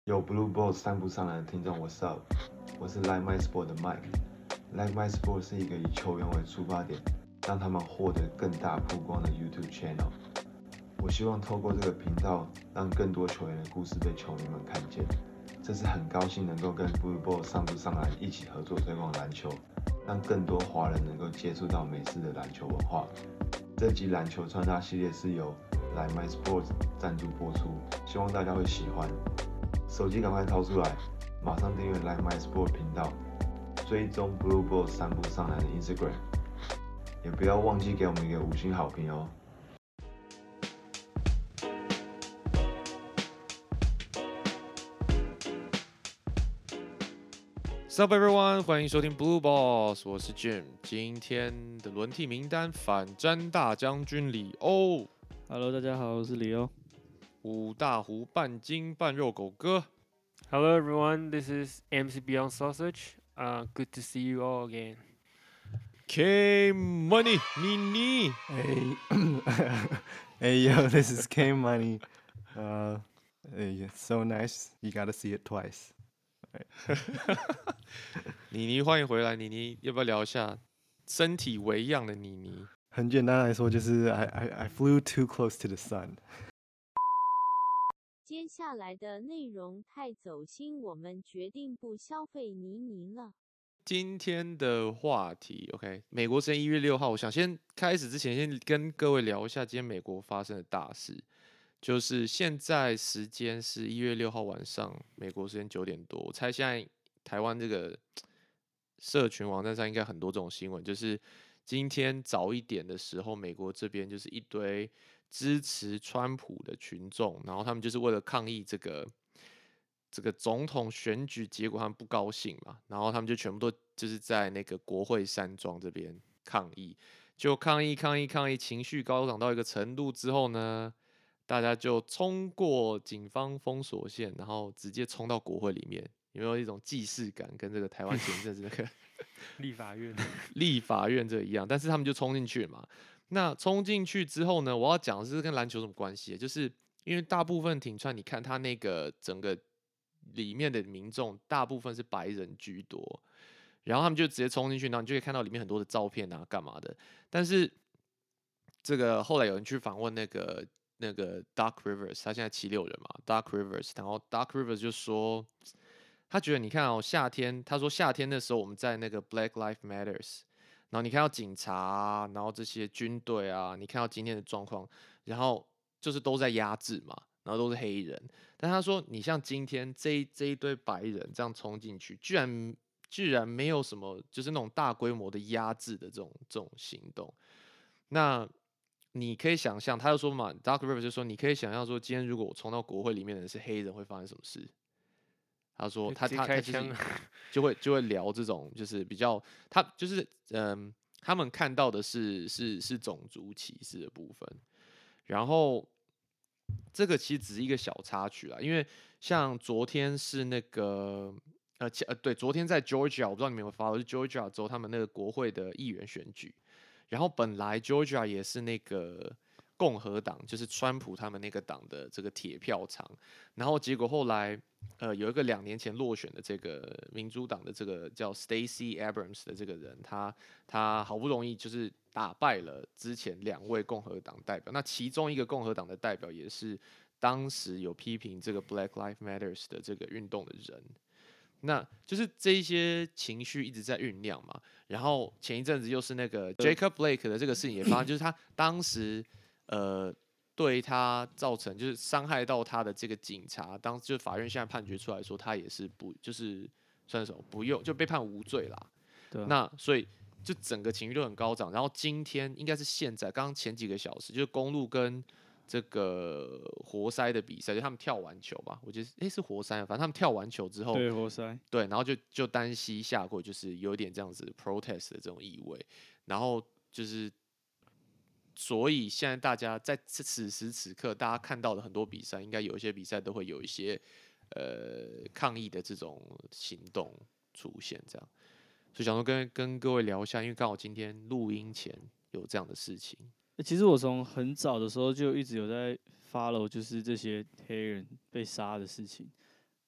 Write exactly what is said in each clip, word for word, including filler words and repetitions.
有 Blue Balls 散步上来的听众 ，What's up？我是 Like My Sport 的 Mike。Like My Sport 是一个以球员为出发点，让他们获得更大曝光的 YouTube channel。我希望透过这个频道，让更多球员的故事被球迷们看见。这次很高兴能够跟 Blue Balls 散步上来一起合作推广篮球，让更多华人能够接触到美式的篮球文化。这集篮球穿搭系列是由 Like My Sports 赞助播出，希望大家会喜欢。手机赶快掏出来，马上订阅 Like My Sport 频道，追踪 Blue Balls 散步上来的 Instagram， 也不要忘记给我们一个五星好评哦。 Sup everyone， 欢迎收听 Blue Balls， 我是 Jim。今天的轮替名单反詹大将军里欧 Hello， 大家好，我是李欧。 五大湖半斤半肉狗哥 Hello everyone, this is M C Beyond Sausage. Uh, good to see you all again. K Money 妮妮 Hey, hey, yo, this is K Money. Uh, hey, it's so nice. You got to see it twice. 妮妮欢迎回来，妮妮要不要聊一下身体为样的妮妮？ 很简单来说，就是 I I I flew too close to the sun. 接下来的内容太走心，我们决定不消费倪妮了。 今天的话题 ，OK， 美国时间一月六号，我想先开始之前，先跟各位聊一下今天美国发生的大事。就是现在时间是一月六号晚上，美国时间九点多。我猜现在台湾这个社群网站上应该很多这种新闻，就是今天早一点的时候，美国这边就是一堆支持川普的群众，然后他们就是为了抗议这个这个总统选举结果，他们不高兴嘛，然后他们就全部都就是在那个国会山庄这边抗议，就抗议抗议抗议，情绪高涨到一个程度之后呢，大家就冲过警方封锁线，然后直接冲到国会里面，有没有一种既视感？跟这个台湾前阵子那个立法院， 立法院这一样，但是他们就冲进去了嘛。那冲进去之后呢，我要讲的是跟篮球有什么关系？就是因为大部分挺川，你看他那个整个里面的民众，大部分是白人居多，然后他们就直接冲进去，然后你就可以看到里面很多的照片啊，干嘛的。但是这个后来有人去访问那个那个 Doc Rivers， 他现在七六人嘛 ，Doc Rivers， 然后 Doc Rivers 就说，他觉得你看哦，夏天，他说夏天的时候我们在那个 Black Lives Matters， 然后你看到警察啊，然后这些军队啊，你看到今天的状况，然后就是都在压制嘛，然后都是黑人，但他说你像今天这一这一堆白人这样冲进去，居然居然没有什么就是那种大规模的压制的这种这种行动，那你可以想象，他就说嘛，Doc Rivers 就说，你可以想象说，今天如果我冲到国会里面的人是黑人，会发生什么事？他说他直接他他就是开枪， 就会就会聊这种就是比较他就是嗯，他们看到的是是是种族歧视的部分，然后这个其实只是一个小插曲啦，因为像昨天是那个呃前呃对，昨天在 Georgia， 我不知道你们有没有发到，就 Georgia 州他们那个国会的议员选举。然后本来 Georgia 也是那个共和党，就是川普他们那个党的这个铁票仓，然后结果后来，呃，有一个两年前落选的这个民主党的这个叫 Stacey Abrams 的这个人，他他好不容易就是打败了之前两位共和党代表，那其中一个共和党的代表也是当时有批评这个 Black Lives Matters 的这个运动的人。那就是这一些情绪一直在酝酿嘛，然后前一阵子又是那个 Jacob Blake 的这个事情也发生，就是他当时呃对他造成就是伤害到他的这个警察，当就法院现在判决出来说他也是不就是算什么不用就被判无罪啦。 对啊， 那所以就整个情绪都很高涨，然后今天应该是现在刚刚前几个小时，就是公路跟这个活塞的比赛，就他们跳完球吧，我觉得诶是活塞啊，反正他们跳完球之后， 对活塞， 对，然后就就单膝下跪，就是有点这样子 protest 的这种意味，然后就是，所以现在大家在此时此刻，大家看到的很多比赛，应该有一些比赛都会有一些呃抗议的这种行动出现，这样，所以想说跟跟各位聊一下，因为刚好今天录音前有这样的事情， 欸其实我从很早的时候就一直有在 follow，就是这些黑人被杀的事情。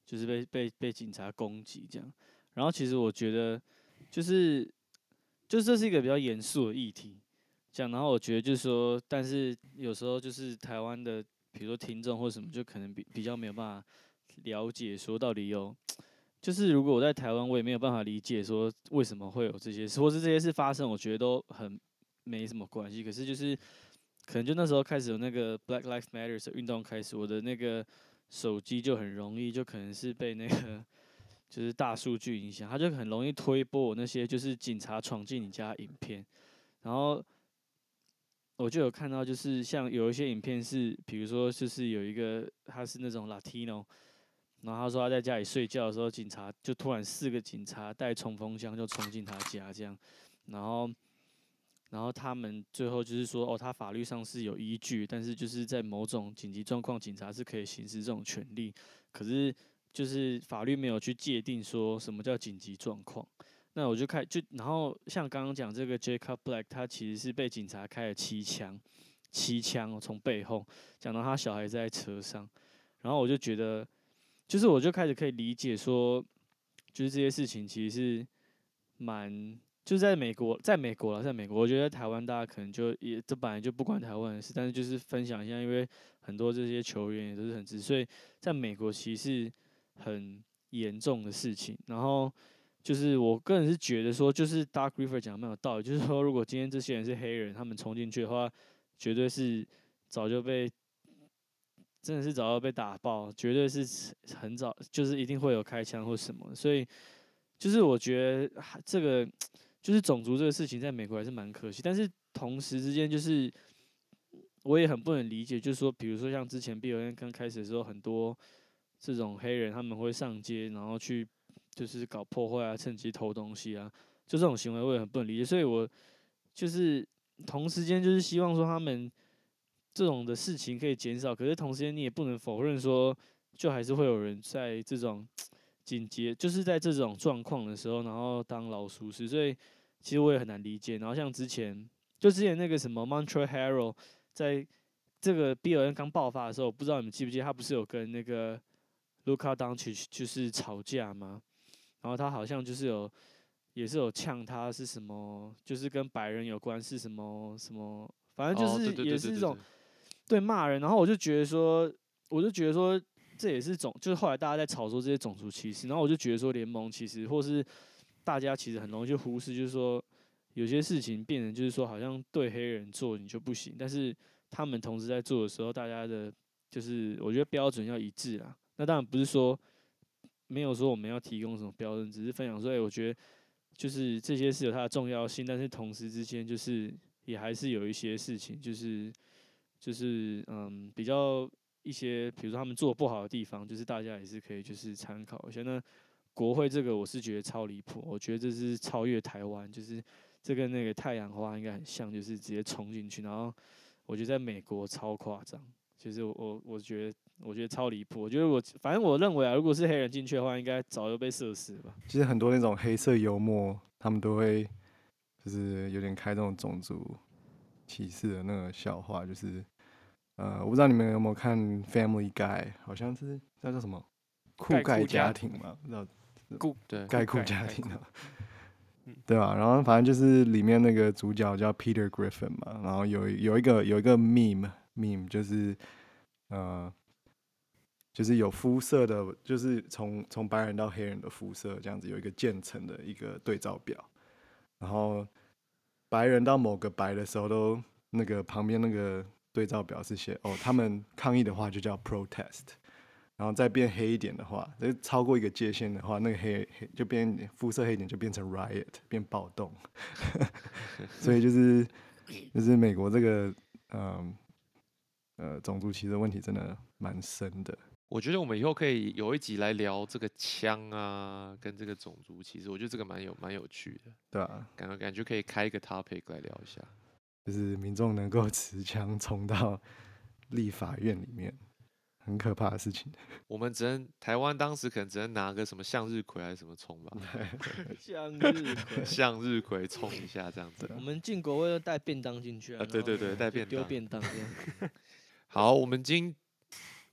就是被被被警察攻击这样。然后其实我觉得就是就是这是一个比较严肃的议题，这样。然后我觉得就是说，但是有时候就是台湾的，比如说听众或什么，就可能比比较没有办法了解说到底有。就是如果我在台湾，我也没有办法理解说为什么会有这些事，或是这些事发生，我觉得都很没什么关系。可是就是可能就那时候开始有那个 Black Lives Matter 的运动开始，我的那个手机就很容易就可能是被那个就是大数据影响，它就很容易推播我那些就是警察闯进你家的影片，然后我就有看到就是像有一些影片是，比如说就是有一个他是那种 Latino。然后他说他在家里睡觉的时候，警察就突然四个警察带冲锋枪就冲进他家这样，然后然后他们最后就是说，哦，他法律上是有依据，但是就是在某种紧急状况，警察是可以行使这种权利，可是就是法律没有去界定说什么叫紧急状况。那我就开就然后像刚刚讲这个 Jacob Black，他其实是被警察开了七枪，七枪哦，从背后讲到他小孩在车上，然后我就觉得。就是我就开始可以理解说，就是这些事情其实是蛮，就是在美国，在美国了，在美国，我觉得在台湾大家可能就也这本来就不关台湾的事，但是就是分享一下，因为很多这些球员也都是很直，所以在美国其实是很严重的事情。然后就是我个人是觉得说，就是 Dark River 讲的蛮有道理，就是说如果今天这些人是黑人，他们冲进去的话，绝对是早就被。真的是早就被打爆，绝对是很早，就是一定会有开枪或什么，所以就是我觉得这个就是种族这个事情在美国还是蛮可惜，但是同时之间就是我也很不能理解，就是说比如说像之前 B L M 刚开始的时候，很多这种黑人他们会上街，然后去就是搞破坏啊，趁机偷东西啊，就这种行为我也很不能理解，所以我就是同时间就是希望说他们。这种的事情可以减少，可是同时间你也不能否认说，就还是会有人在这种紧急，就是在这种状况的时候，然后当老鼠屎，所以其实我也很难理解。然后像之前，就之前那个什么 Montreal Harrell，在这个 B L M 刚爆发的时候，不知道你们记不记得，他不是有跟那个 Luka Doncic 就是吵架吗？然后他好像就是有，也是有呛他是什么，就是跟白人有关，是什么什么，反正就是也是一种。对骂人，然后我就觉得说，我就觉得说，这也是种，就是后来大家在吵说这些种族歧视，然后我就觉得说，联盟其实或是大家其实很容易去忽视，就是说有些事情变成就是说，好像对黑人做你就不行，但是他们同时在做的时候，大家的就是我觉得标准要一致啦。那当然不是说没有说我们要提供什么标准，只是分享说，哎、欸，我觉得就是这些是有它的重要性，但是同时之间就是也还是有一些事情就是。就是嗯，比较一些，比如说他们做不好的地方，就是大家也是可以就是参考一下。那国会这个我是觉得超离谱，我觉得这是超越台湾，就是这跟那个太阳花应该很像，就是直接冲进去。然后我觉得在美国超夸张，就是我我我觉得我觉得超离谱。我觉得我反正我认为啊，如果是黑人进去的话，应该早就被射死了吧。 其实很多那种黑色幽默，他们都会就是有点开这种种族歧视的那个笑话，就是呃，我不知道你们有没有看《Family Guy》，好像是那叫什么酷盖家庭嘛，不知道酷对盖酷家庭啊，对吧？然后反正就是里面那个主角叫 Peter Griffin 嘛，然后有有一个有一个 meme meme 就是呃。就是有肤色的，就是从从白人到黑人的肤色这样子，有一个渐层的一个对照表。然后白人到某个白的时候，都那个旁边那个对照表是写哦，他们抗议的话就叫 protest， 然后再变黑一点的话，就超过一个界限的话，那个黑黑就变肤色黑一点就变成 riot， 变暴动。所以就是就是美国这个嗯呃种族歧视问题真的蛮深的。 我觉得我们以后可以有一集来聊这个枪啊，跟这个种族歧视，我觉得这个蛮有蛮有趣的。 对啊， 感觉感觉可以开一个 topic 来聊一下， 就是民众能够持枪冲到立法院里面，很可怕的事情。 我们只能台湾当时可能只能拿个什么向日葵还是什么冲吧， 向日葵， 向日葵冲一下这样子。 我们进国会都带便当进去啊， 啊对对对带便当丢便当这样。 好，我们今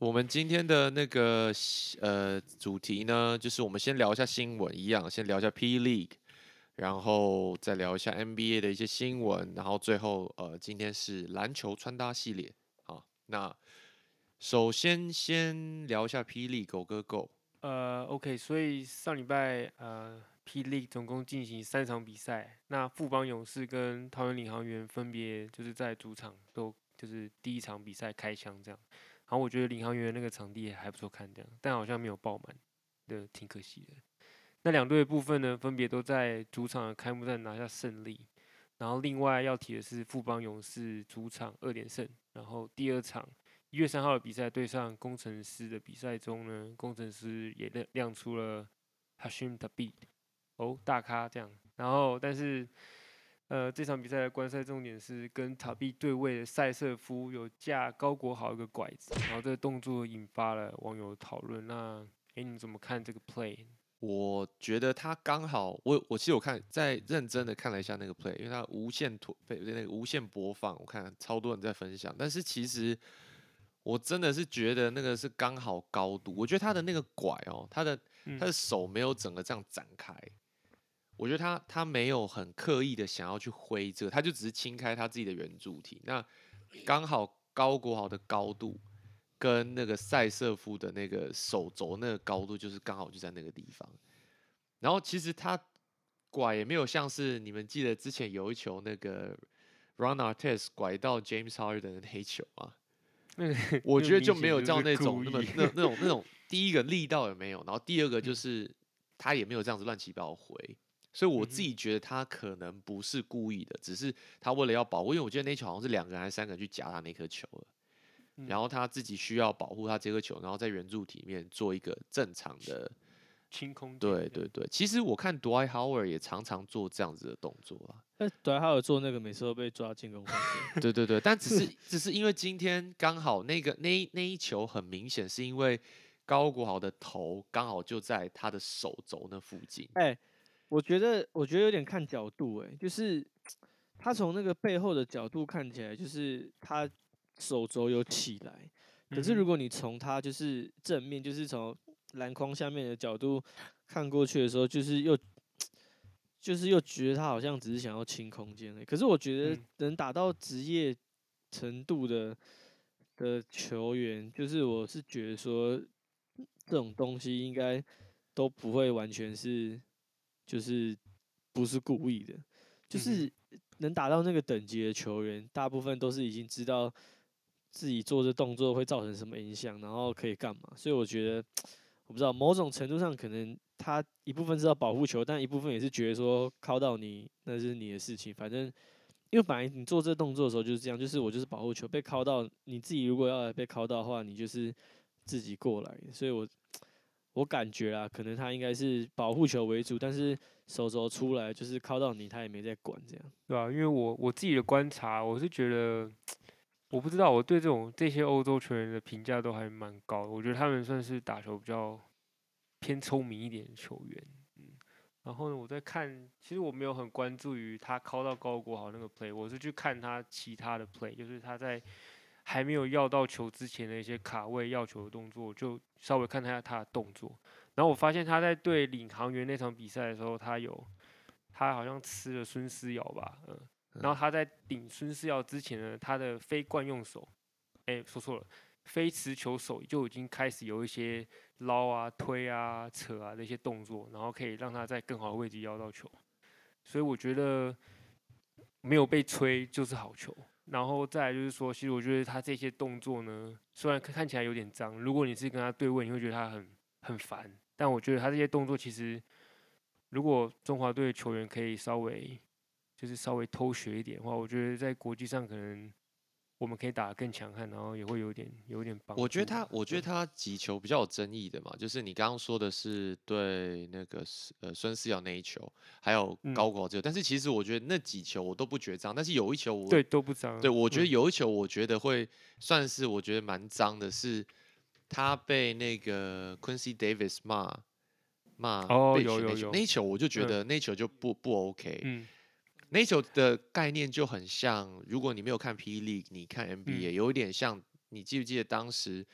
我们今天的那个呃主题呢，就是我们先聊一下新闻，一样先聊一下 P League，然后再聊一下 N B A 的一些新闻，然后最后呃今天是篮球穿搭系列。好，那首先先聊一下 P League， 狗哥 Go。 呃，OK，所以上礼拜呃，P League 总共进行三场比赛，那富邦勇士跟桃园领航员分别就是在主场都就是第一场比赛开枪这样，然后我觉得领航员那个场地也还不错看这样，但好像没有爆满，对，挺可惜的。那两队的部分呢，分别都在主场的开幕战拿下胜利，然后另外要提的是富邦勇士主场二连胜，然后第二场一月三号的比赛对上工程师的比赛中呢，工程师也亮亮出了 Hashim Thabit，哦，大咖这样。然后，但是，呃，这场比赛的观赛重点是跟塔比对位的塞瑟夫有架高国豪一个拐子，然后这个动作引发了网友讨论。那，哎，你怎么看这个 play？ 我觉得他刚好，我我其实我看在认真的看了一下那个 play，因为他无限推那个无限播放，我看超多人在分享，但是其实我真的是觉得那个是刚好高度，我觉得他的那个拐哦，他的他的手没有整个这样展开，我觉得他他没有很刻意的想要去挥这个，他就只是轻开他自己的圆柱体，那刚好高国豪的高度。跟那个塞瑟夫的那个手肘那个高度，就是刚好就在那个地方。然后其实他拐也没有像是你们记得之前有一球那个 Ron Artest 拐到 James Harden 的那一球吗？ 那个我觉得就没有明显就是到那种故意那么那那种那种第一个力道也没有，然后第二个就是他也没有这样子乱七八糟回。所以我自己觉得他可能不是故意的，只是他为了要保护，因为我记得那球好像是两个人还是三个人去夹他那颗球了。然后他自己需要保护他这颗球，然后在圆柱体里面做一个正常的清空。 对对对，其实我看 Dwight Howard 也常常做这样子的动作啊。 那对他有做那个，每次都被抓进攻犯规。 对对对，但只是只是因为今天刚好那个那那一球很明显是因为高国豪的头刚好就在他的手肘那附近。 哎、欸，我觉得我觉得有点看角度、欸，哎，就是他从那个背后的角度看起来，就是他手肘有起来，可是如果你从他就是正面，就是从篮筐下面的角度看过去的时候，就是又就是又觉得他好像只是想要清空间、欸，可是我觉得能达到职业程度的的球员，就是我是觉得说这种东西应该都不会完全是就是不是故意的，就是能达到那个等级的球员，大部分都是已经知道自己做这动作会造成什么影响，然后可以干嘛。所以我觉得，我不知道某种程度上可能他一部分是要保护球，但一部分也是觉得说靠到你那是你的事情，反正。因为本来你做这动作的时候就是这样，就是我就是保护球，被敲到你自己如果要来被敲到的话，你就是自己过来的。所以我我感觉啊，可能他应该是保护球为主，但是手肘出来就是敲到你，他也没在管这样。 对啊，因为我我自己的观察，我是觉得，我不知道我对这种这些欧洲球员的评价都还蛮高的，我觉得他们算是打球比较偏聪明一点的球员。然后呢，我在看，其实我没有很关注于他靠到高国豪那个 play，我是去看他其他的 play，就是他在还没有要到球之前的一些卡位要球的动作，就稍微看他他的动作。然后我发现他在对领航员那场比赛的时候，他有他好像吃了孙思尧吧，嗯，然后他在顶孙思尧之前呢，他的非惯用手，哎，说错了。非持球手就已经开始有一些捞啊、推啊、扯啊的一些动作，然后可以让他在更好的位置要到球。所以我觉得没有被吹就是好球。然后再来就是说，其实我觉得他这些动作呢，虽然看起来有点脏，如果你是跟他对位，你会觉得他很很烦。但我觉得他这些动作其实，如果中华队的球员可以稍微就是稍微偷学一点的话，我觉得在国际上可能。我们可以打得更强悍，然后也会有点有点帮助。 我觉得他，我觉得他击球比较有争议的嘛，就是你刚刚说的是对那个呃孙思尧那一球，还有高国豪这个，但是其实我觉得那几球我都不觉得脏，但是有一球我对都不脏。 对，我觉得有一球我觉得会算是我觉得蛮脏的，是他被那个 Quincy Davis 骂骂哦， 被有有有那一球，我就觉得那球就不不 OK。 嗯。 那球的概念就很像，如果你没有看 P. League， 你看 N B A，、嗯、有一点像。你记不记得当时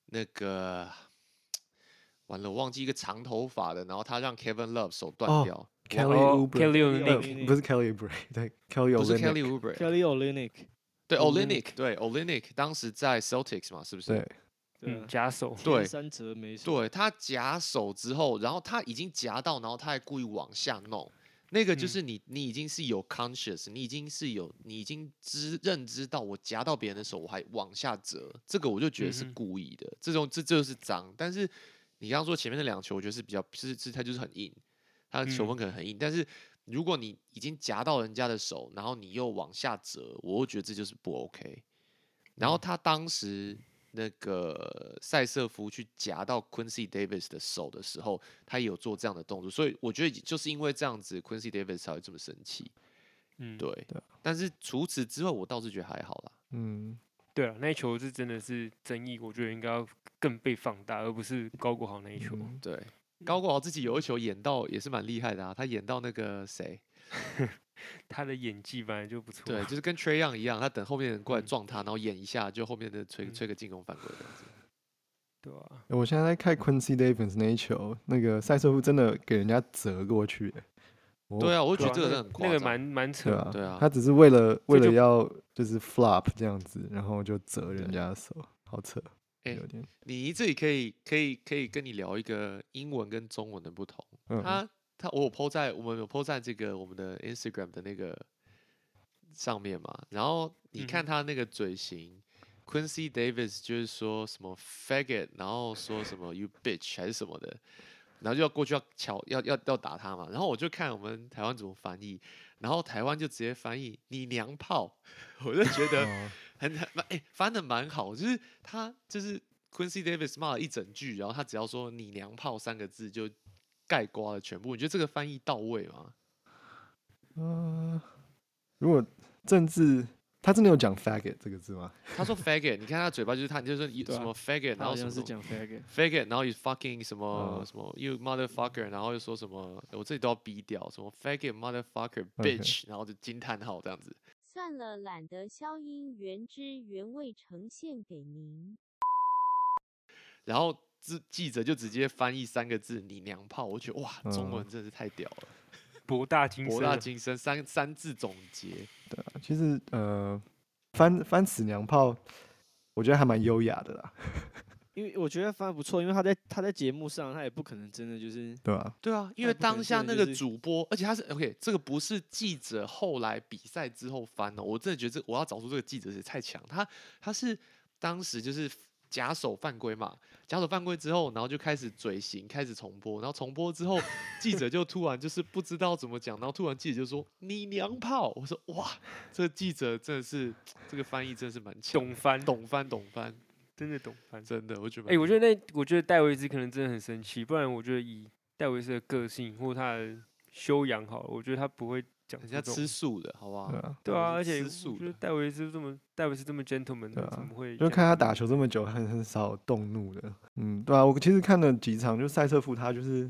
那个完了，我忘记一个长头发的，然后他让 Kevin Love 手断哦掉。 Kelly 哦 Oubre， Kelly ，Kelly Olynyk Olynyk 不是 Kelly Oubre，对 Kelly 不是 Olynyk， Kelly Oubre， Kelly Olynyk， 对 Olynyk Olynyk， 对 Olynyk 当时在 Celtics 嘛，是不是？ 对， 嗯， 对啊， 假手， 对天三折没手， 对，他夹手之后，然后他已经夹到，然后他还故意往下弄，那个就嗯是你你已经是有 conscious，你已经是有你已经知认知到我夹到别人的手，我还往下折，这个我就觉得是嗯哼故意的，这种这这就是脏。但是你刚刚说前面那两球，我觉得是比较是是他就是很硬，他的球嗯风可能很硬，但是如果你已经夹到人家的手，然后你又往下折，我会觉得这就是不 OK。然后嗯他当时那个塞瑟夫去夹到 Quincy Davis 的手的时候，他也有做这样的动作，所以我觉得就是因为这样子，Quincy Davis 才会这么生气。 嗯， 对，但是除此之外，我倒是觉得还好啦。 嗯， 对啊，那一球是真的是争议，我觉得应该要更被放大，而不是高国豪那一球。 嗯对，高国豪自己有一球演到也是蛮厉害的啊，他演到那个谁， 他的演技本来就不错。 对，就是跟 Trey Young 一样，他等后面人过来嗯撞他，然后演一下，就后面的吹嗯吹个进攻犯规这样子。 对啊， 我现在在看 Quincy Davis 那一球，那个塞瑟夫真的给人家折过去欸，我对啊，我就对啊觉得这个那真的很夸张。 那个蛮蛮扯的。 对啊， 对啊他只是为了为了就要就是 flop 这样子，然后就折人对家的手，好扯， 哎有点， 你这里可以可以可以跟你聊一个英文跟中文的不同。 嗯， 他他我有 po 在我们有 po 在这个我们的 Instagram 的那个上面嘛，然后你看嗯哼他那个嘴型、q u i n c y Davis 就是说什么 faggot，然后说什么 you bitch 还是什么的，然后就要过去要敲要要要打他嘛，然后我就看我们台湾怎么翻译，然后台湾就直接翻译你娘炮，我就觉得哦很很哎、翻的蛮好，就是他就是 Quincy Davis 骂了一整句，然后他只要说你娘炮三个字就盖刮了全部，你觉得这个翻译到位吗？ 呃，如果政治，他真的有讲 faggot 这个字吗？ 他说 faggot，你看他嘴巴就是他就是说对啊什么 faggot， 他好像是然后什么讲 faggot， faggot，然后 you fucking 什么嗯什么 you motherfucker，然后又说什么我这里都要逼掉什么 faggot motherfucker OK bitch，然后就惊叹号这样子。 算了，懒得消音，原汁原味呈现给您。 然后记记者就直接翻译三个字“你娘炮”，我觉得哇，中文嗯真的是太屌了， 博大精博深啊。 大精深，三三字总结。 对啊，其实呃，翻翻死娘炮，我觉得还蛮优雅的啦， 因为我觉得翻得不错，因为他在他在节目上，他也不可能真的就是对吧？ 对啊，因为那不可能当下那个真的就是主播，而且他是 OK，这个不是记者后来比赛之后翻的，我真的觉得这我要找出这个记者是太强，他他是当时就是假手犯规嘛，假手犯规之后，然后就开始嘴型，开始重播，然后重播之后，记者就突然就是不知道怎么讲，然后突然记者就说你娘炮，我说哇，这个记者真的是这个翻译真的是蛮强， 懂翻， 懂翻懂翻， 真的懂翻。 真的我觉得哎、 蛮我觉得那我觉得戴维斯可能真的很生气，不然我觉得以戴维斯的个性或他的修养好了，我觉得他不会讲人家出这种吃素的好不好？ 对啊， 对啊，而且吃素的我觉得戴维斯这么戴维斯这么 gentleman 的， 对啊怎么会就讲这种看他打球这么久，很很少动怒的。嗯，对啊，我其实看了几场，就塞瑟夫他就是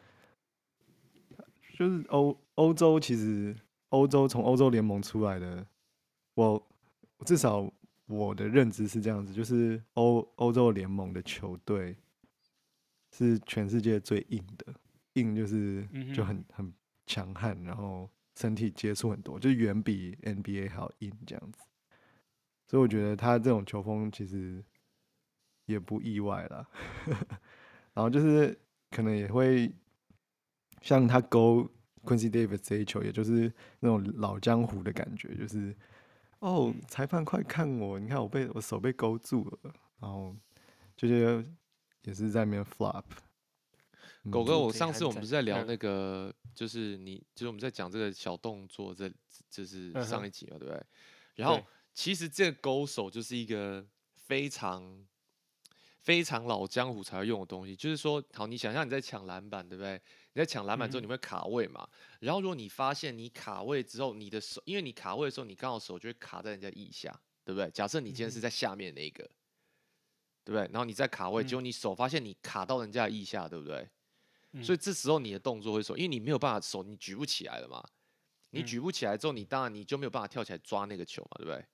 就是欧欧洲，其实欧洲从欧洲联盟出来的，我至少我的认知是这样子，就是欧欧洲联盟的球队是全世界最硬的，硬就是就嗯哼很很强悍，然后身体接触很多，就远比 N B A 还要硬这样子。所以我觉得他这种球风其实也不意外啦。然后就是可能也会像他勾 Quincy Davis 这一球，也就是那种老江湖的感觉，就是哦， 嗯裁判快看我，你看我被我手被勾住了，然后就觉得也是在那边 flop。嗯狗哥，我做贼憨仔上次我们不是在聊嗯那个，就是你，就是我们在讲这个小动作，这就是嗯哼上一集嘛，对不对？然后对其实这个勾手就是一个非常非常老江湖才会用的东西，就是说，好，你想象你在抢篮板，对不对？你在抢篮板之后， 嗯哼你会卡位嘛？然后如果你发现你卡位之后，你的手，因为你卡位的时候，你刚好手就会卡在人家腋下，对不对？假设你今天是嗯哼在下面那一个，对不对？然后你在卡位，结嗯果你手发现你卡到人家的腋下，对不对？所以嗯这时候你的动作会手，因为你没有办法手你举不起来了嘛，你嗯举不起来之后，你当然你就没有办法跳起来抓那个球嘛，对不对？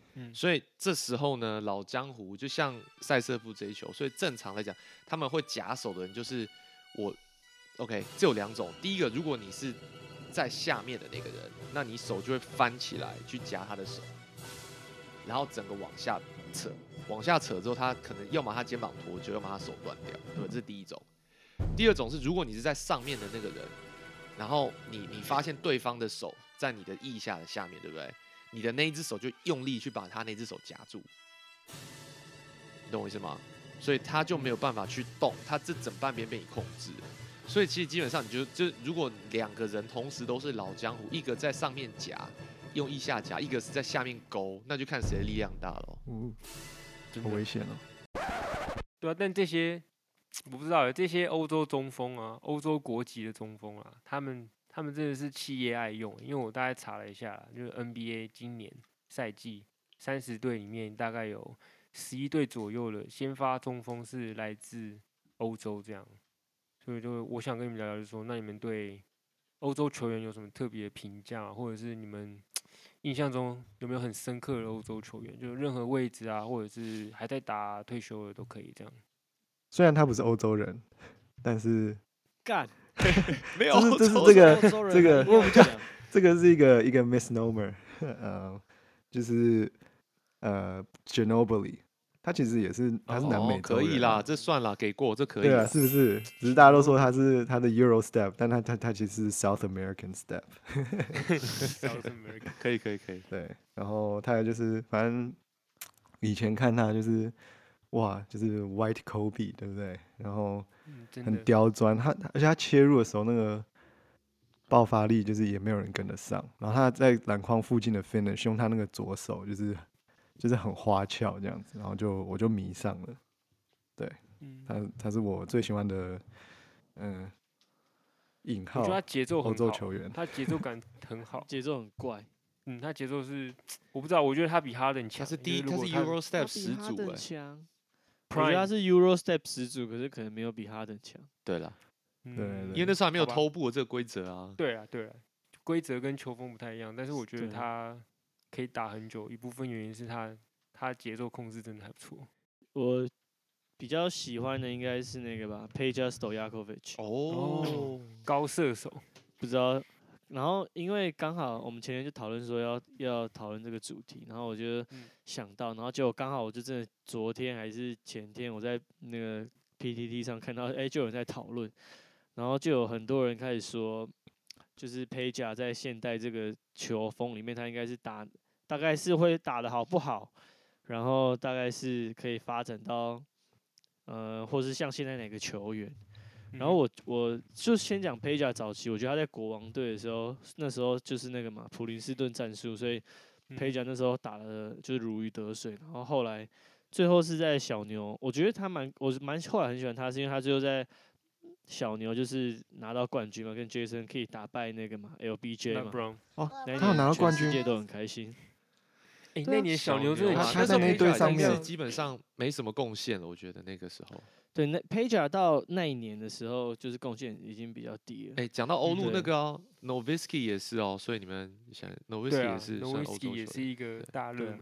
嗯所以这时候呢，老江湖就像塞瑟夫这一球，所以正常来讲，他们会夹手的人就是我。OK，这有两种。第一个，如果你是在下面的那个人，那你手就会翻起来去夹他的手，然后整个往下扯，往下扯之后，他可能要么他肩膀脱臼，要么他手断掉，对吧？这是第一种。第二种是，如果你是在上面的那个人，然后你你发现对方的手在你的腋下的下面，对不对？你的那一只手就用力去把他那只手夹住，你懂我意思吗？所以他就没有办法去动，他这整半边被你控制了。所以其实基本上，你就就如果两个人同时都是老江湖，一个在上面夹，用腋下夹，一个是在下面勾，那就看谁的力量大了。 嗯， 真的好危险哦。 对啊，但这些我不知道，这些欧洲中锋啊，欧洲国籍的中锋啊，他们他们真的是企业爱用，因为我大概查了一下啦，就是 N B A 今年赛季三十队里面大概有十一队左右的先发中锋是来自欧洲这样。所以就我想跟你们聊聊，就是说，那你们对欧洲球员有什么特别的评价，或者是你们印象中有没有很深刻的欧洲球员，就任何位置啊，或者是还在打、退休的都可以这样。 虽然他不是欧洲人，但是干， 没有这是这是欧洲这个欧洲人这个还硬要讲这个是一个一个 misnomer， 呃，就是呃 Ginobili， 他其实也是他是南美哦， 洲人、 可以啦， 啊， 这算啦，给过，这可以对啊， 啦。 是不是？只是大家都说他是他的 Euro step， 但他他他其实是 South American step， South America， 可以可以可以。 对，然后他就是反正以前看他就是哇，就是 White Kobe， 对不对？然后嗯，真很的， 刁钻，他他而且他切入的时候那个爆发力就是也没有人跟得上，然后他在篮筐附近的 finish 用他那个左手就是就是很花俏这样子，然后就我就迷上了，对嗯， 他他是我最喜欢的嗯引我觉得他号欧节奏很好， 洲球员， 他节奏感很好。 节奏很怪， 嗯，他节奏是我不知道，我觉得他比哈登强。 他是第一，他是就是如果他 Euro 他 Step 比哈登始祖哎。 强。我觉得他 Prime， 是 Euro Step 始祖，可是可能没有比哈登强。 对了， 嗯对因为那时候还没有好吧偷步的这个规则啊。 对啊，对啊，规则跟球风不太一样，但是我觉得对他可以打很久，一部分原因是他他节奏控制真的还不错。 我比较喜欢的应该是那个吧，Peja Stojakovic， 哦， 高射手， 不知道。然后因为刚好我们前天就讨论说要要讨论这个主题，然后我就嗯想到，然后结果刚好我就真的昨天还是前天我在那个 P T T 上看到，哎，就有人在讨论，然后就有很多人开始说，就是 Peja 在现代这个球风里面，他应该是打大概是会打得好不好，然后大概是可以发展到，呃，或是像现在哪个球员。然后嗯我我就先讲 Peja 早期，我觉得他在国王队的时候，那时候就是那个嘛普林斯顿战术，所以嗯 Peja 那时候打的就是如鱼得水。然后后来最后是在小牛，我觉得他蛮我蛮后来很喜欢他，是因为他最后在小牛就是拿到冠军嘛，跟 Jason 可以打败那个嘛 L B J 嘛， LeBron， 哦， 那一他有拿到年全冠军世界都很开心。 哎， 对啊那年小牛真的啊强他他在那时候那一队 Peja 上面已经是基本上没什么贡献了，我觉得那个时候。 对，那 Peja 到那一年的时候，就是贡献已经比较低了。 哎，讲到欧陆对那个哦 Nowitzki 也是哦，所以你们想对 Nowitzki 啊也是算欧洲 ，Nowitzki 也球员。 是一个对对啊大热门。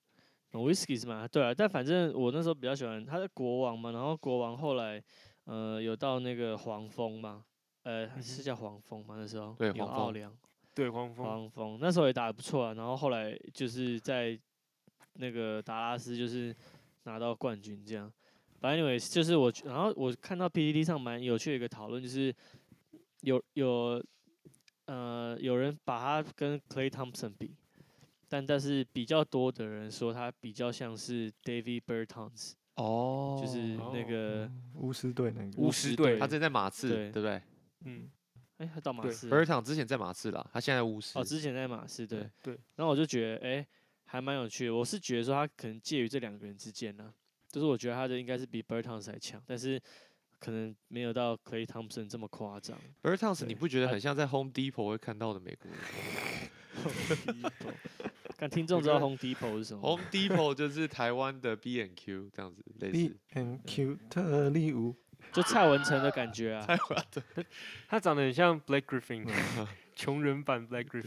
Whisky 是吗？对啊，但反正我那时候比较喜欢他在国王嘛，然后国王后来呃有到那个黄蜂嘛，呃是叫黄蜂吗？那时候对黄蜂纽奥良对，黄蜂， 黄蜂那时候也打得不错啊，然后后来就是在那个达拉斯就是拿到冠军这样。反正 anyway 就是我，然后我看到 P T T 上蛮有趣的一个讨论，就是有有呃有人把他跟 Klay Thompson 比。但但是比较多的人说他比较像是 David Bertans， 哦， 就是那个巫师队那个巫师队巫师队他之前在马刺， 对对不对嗯， 哎、他到马对刺啊 b e r t a n 之前在马刺啦，他现在巫师。 哦，之前在马刺对对对， 然后我就觉得哎、还蛮有趣的，我是觉得说他可能介于这两个人之间呢、就是我觉得他的应该是比 Bertans 还强，但是可能没有到 Klay Thompson 这么夸张。 b e r t a n 对你不觉得他很像在 Home Depot 会看到的美国人看听众知道 Home Depot 是什么吗？ ？Home Depot 就是台湾的 B and Q 这样子类 B 似。 and Q 特例五， 就蔡文成的感觉啊。 台湾的他长得很像 Black Griffin，穷人版 Black Griffin。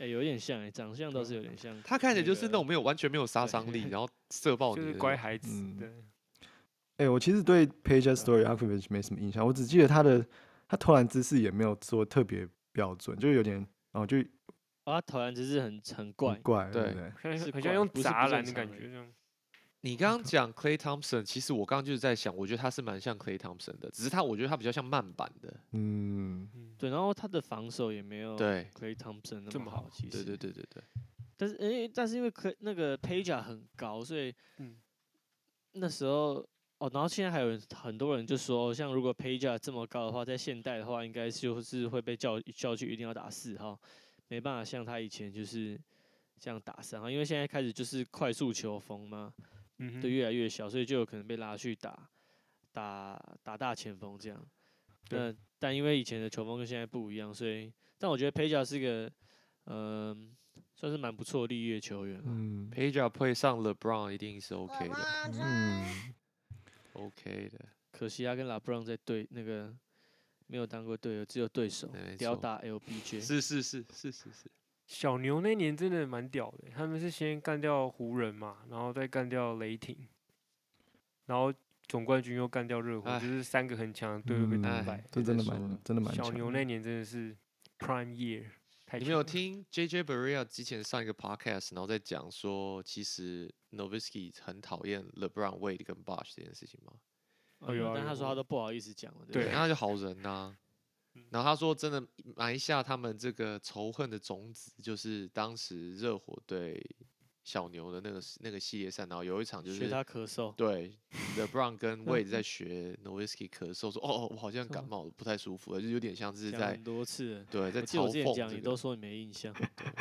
哎、有点像哎、长相倒是有点像。 他看起来就是那个种没有完全没有杀伤力，然后射爆就是你的那种。 乖孩子， 嗯对， 哎、我其实对 Peja Stojakovic 没什么印象，我只记得他的他投篮姿势也没有说特别标准，就有点，然后就哦，他投篮只是很很很怪， 怪，对不对对？ 好像是好像用怪不是不砸篮的正常的感觉这样。 你刚刚讲 Clay Thompson，其实我刚刚就是在想，我觉得他是蛮像 Clay Thompson 的，只是他我觉得他比较像慢版的。 嗯， 嗯， 对，然后他的防守也没有对 Clay Thompson 那么好， 这么好其实。 对对对对对， 但是因为但是因为 Clay 那个 Peja 很高，所以嗯那时候哦，然后现在还有人很多人就说，像如果 Peja 这么高的话，在现代的话，应该就是会被叫叫去一定要打四号，没办法像他以前就是这样打三号，因为现在开始就是快速球风嘛， 嗯哼， 对，越来越小，所以就有可能被拉去打打打大前锋这样。 对那但因为以前的球风跟现在不一样，所以但我觉得 Peja 是个嗯、算是蛮不错的立业球员了。 嗯 Peja 配上 LeBron 一定是 OK 的嗯， ，OK 的， 可惜他跟拉布朗在对那个没有当过队友，只有对手对没，错吊打 L B J。 是是是是是是， 小牛那年真的蛮屌的，他们是先干掉湖人嘛，然后再干掉雷霆，然后总冠军又干掉热火， 哎就是三个很强的队都被哎打败。 这真的别再说了蛮真的蛮小强的。 牛那年真的是 prime year，太你们有强了听 J J Barea 之前上一个 podcast，然后在讲说，其实 Nowitzki 很讨厌 LeBron、Wade 跟 Bosh 这件事情吗？ 哦有啊但他有说他都不好意思讲了，对不对对？ 那他就好人呐、然后他说，真的埋下他们这个仇恨的种子，就是当时热火对小牛的那个那个系列赛，然后有一场就是学他咳嗽， 对 LeBron 跟 Wade 在学 Nowitzki 咳嗽，说哦，我好像感是吗冒了，不太舒服了，就有点像是在讲很多次了。 对在我记得我嘲之前讲， 讽这个， 你都说你没印象。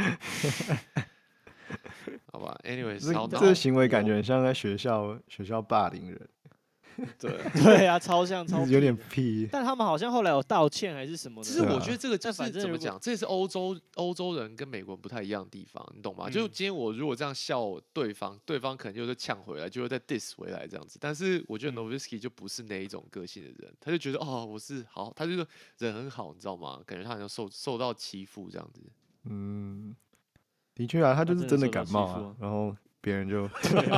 好吧？Anyways， 这然后然后这个行为感我觉很像在学校学校霸凌人， 对。 对啊，超像超有点屁的屁。 但他们好像后来有道歉还是什么的。 其实对啊我觉得这个就但反是正如果怎么讲，这也是欧洲欧洲人跟美国人不太一样的地方，你懂吗？就嗯今天我如果这样笑对方，对方可能就是呛回来，就会再 diss 回来这样子。但是我觉得嗯 Nowitzki 就不是那一种个性的人，他就觉得哦，我是好，他就是人很好，你知道吗？感觉他好像受受到欺负这样子。 嗯，的确啊，他就是真的真的受到感冒啊欺负啊， 然后别人就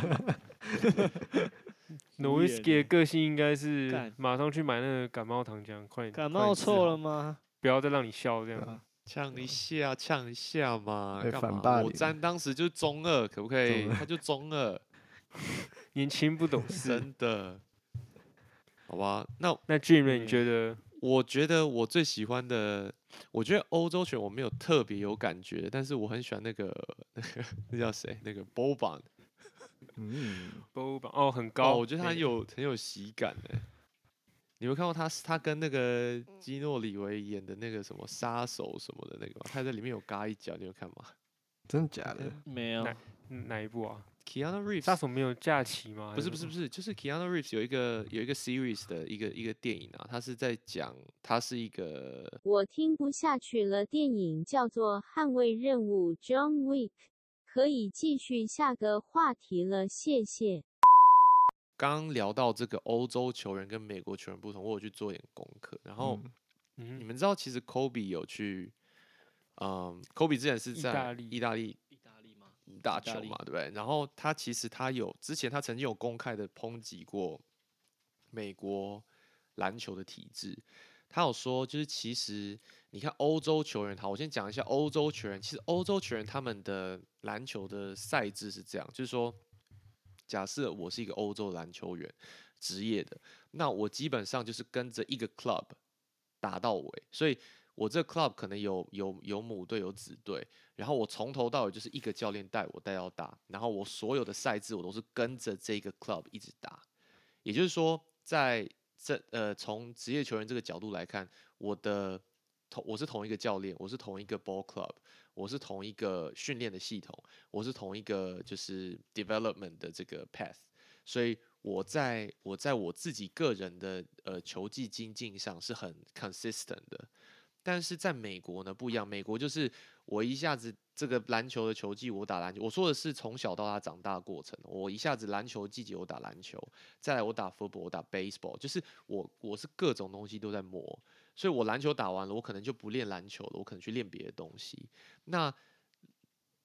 诺维斯基的个性应该是干马上去买那个感冒糖浆，快点感快点治好冒错了，吗？ 不要再让你笑这样。 对啊呛一下，呛一下嘛， 被干嘛？ 反霸凌我詹当时就是中二，可不可以？ 中二他就中二， 年轻不懂事。 真的。好吧，那那 Jim 呢？你对觉得？ 我觉得我最喜欢的，我觉得欧洲拳我没有特别有感觉，但是我很喜欢那个那个那叫谁？那个 Boban。 嗯， 波榜哦，很哦， 高， 我觉得他很欸有很有喜感哎。你有看过他他跟那个基诺里维演的那个什么杀手什么的那个吗？他在里面有嘎一脚，你有看吗真的假的？ 没有哪，嗯哪一部啊？ ？Keanu Reeves 杀手没有假期吗？ 不是不是不是，就是 Keanu Reeves 有一个有一个 series 的一个一个电影啊，他是在讲他是一个我听不下去了，电影叫做《捍卫任务》（John Wick），可以继续下个话题了，谢谢。 刚刚聊到这个欧洲球员跟美国球员不同，我有去做一点功课，然后。 嗯嗯哼， 你们知道，其实 Kobe 有去，嗯，Kobe 之前是在意大利意大利意大利吗？ 打意大利球嘛，对不对？然后他其实他有之前他曾经有公开的抨击过美国篮球的体制，他有说，就是其实你看欧洲球员，好，我先讲一下欧洲球员，其实欧洲球员他们的篮球的赛制是这样，就是说，假设我是一个欧洲篮球员，职业的，那我基本上就是跟着一个 club 打到尾，所以我这 club 可能有有有母队有子队，然后我从头到尾就是一个教练带我带到大，然后我所有的赛制我都是跟着这个 club 一直打，也就是说，在这呃从职业球员这个角度来看，我的同我是同一个教练，我是同一个 ball club，我是同一个训练的系统，我是同一个就是 development 的这个 path，所以我在我在我自己个人的呃球技精进上是很 consistent 的，但是在美国呢不一样，美国就是我一下子这个篮球的球技我打篮球，我说的是从小到大长大的过程，我一下子篮球季节我打篮球，再来我打 football，我打 baseball，就是我我是各种东西都在磨，所以我篮球打完了，我可能就不练篮球了，我可能去练别的东西。那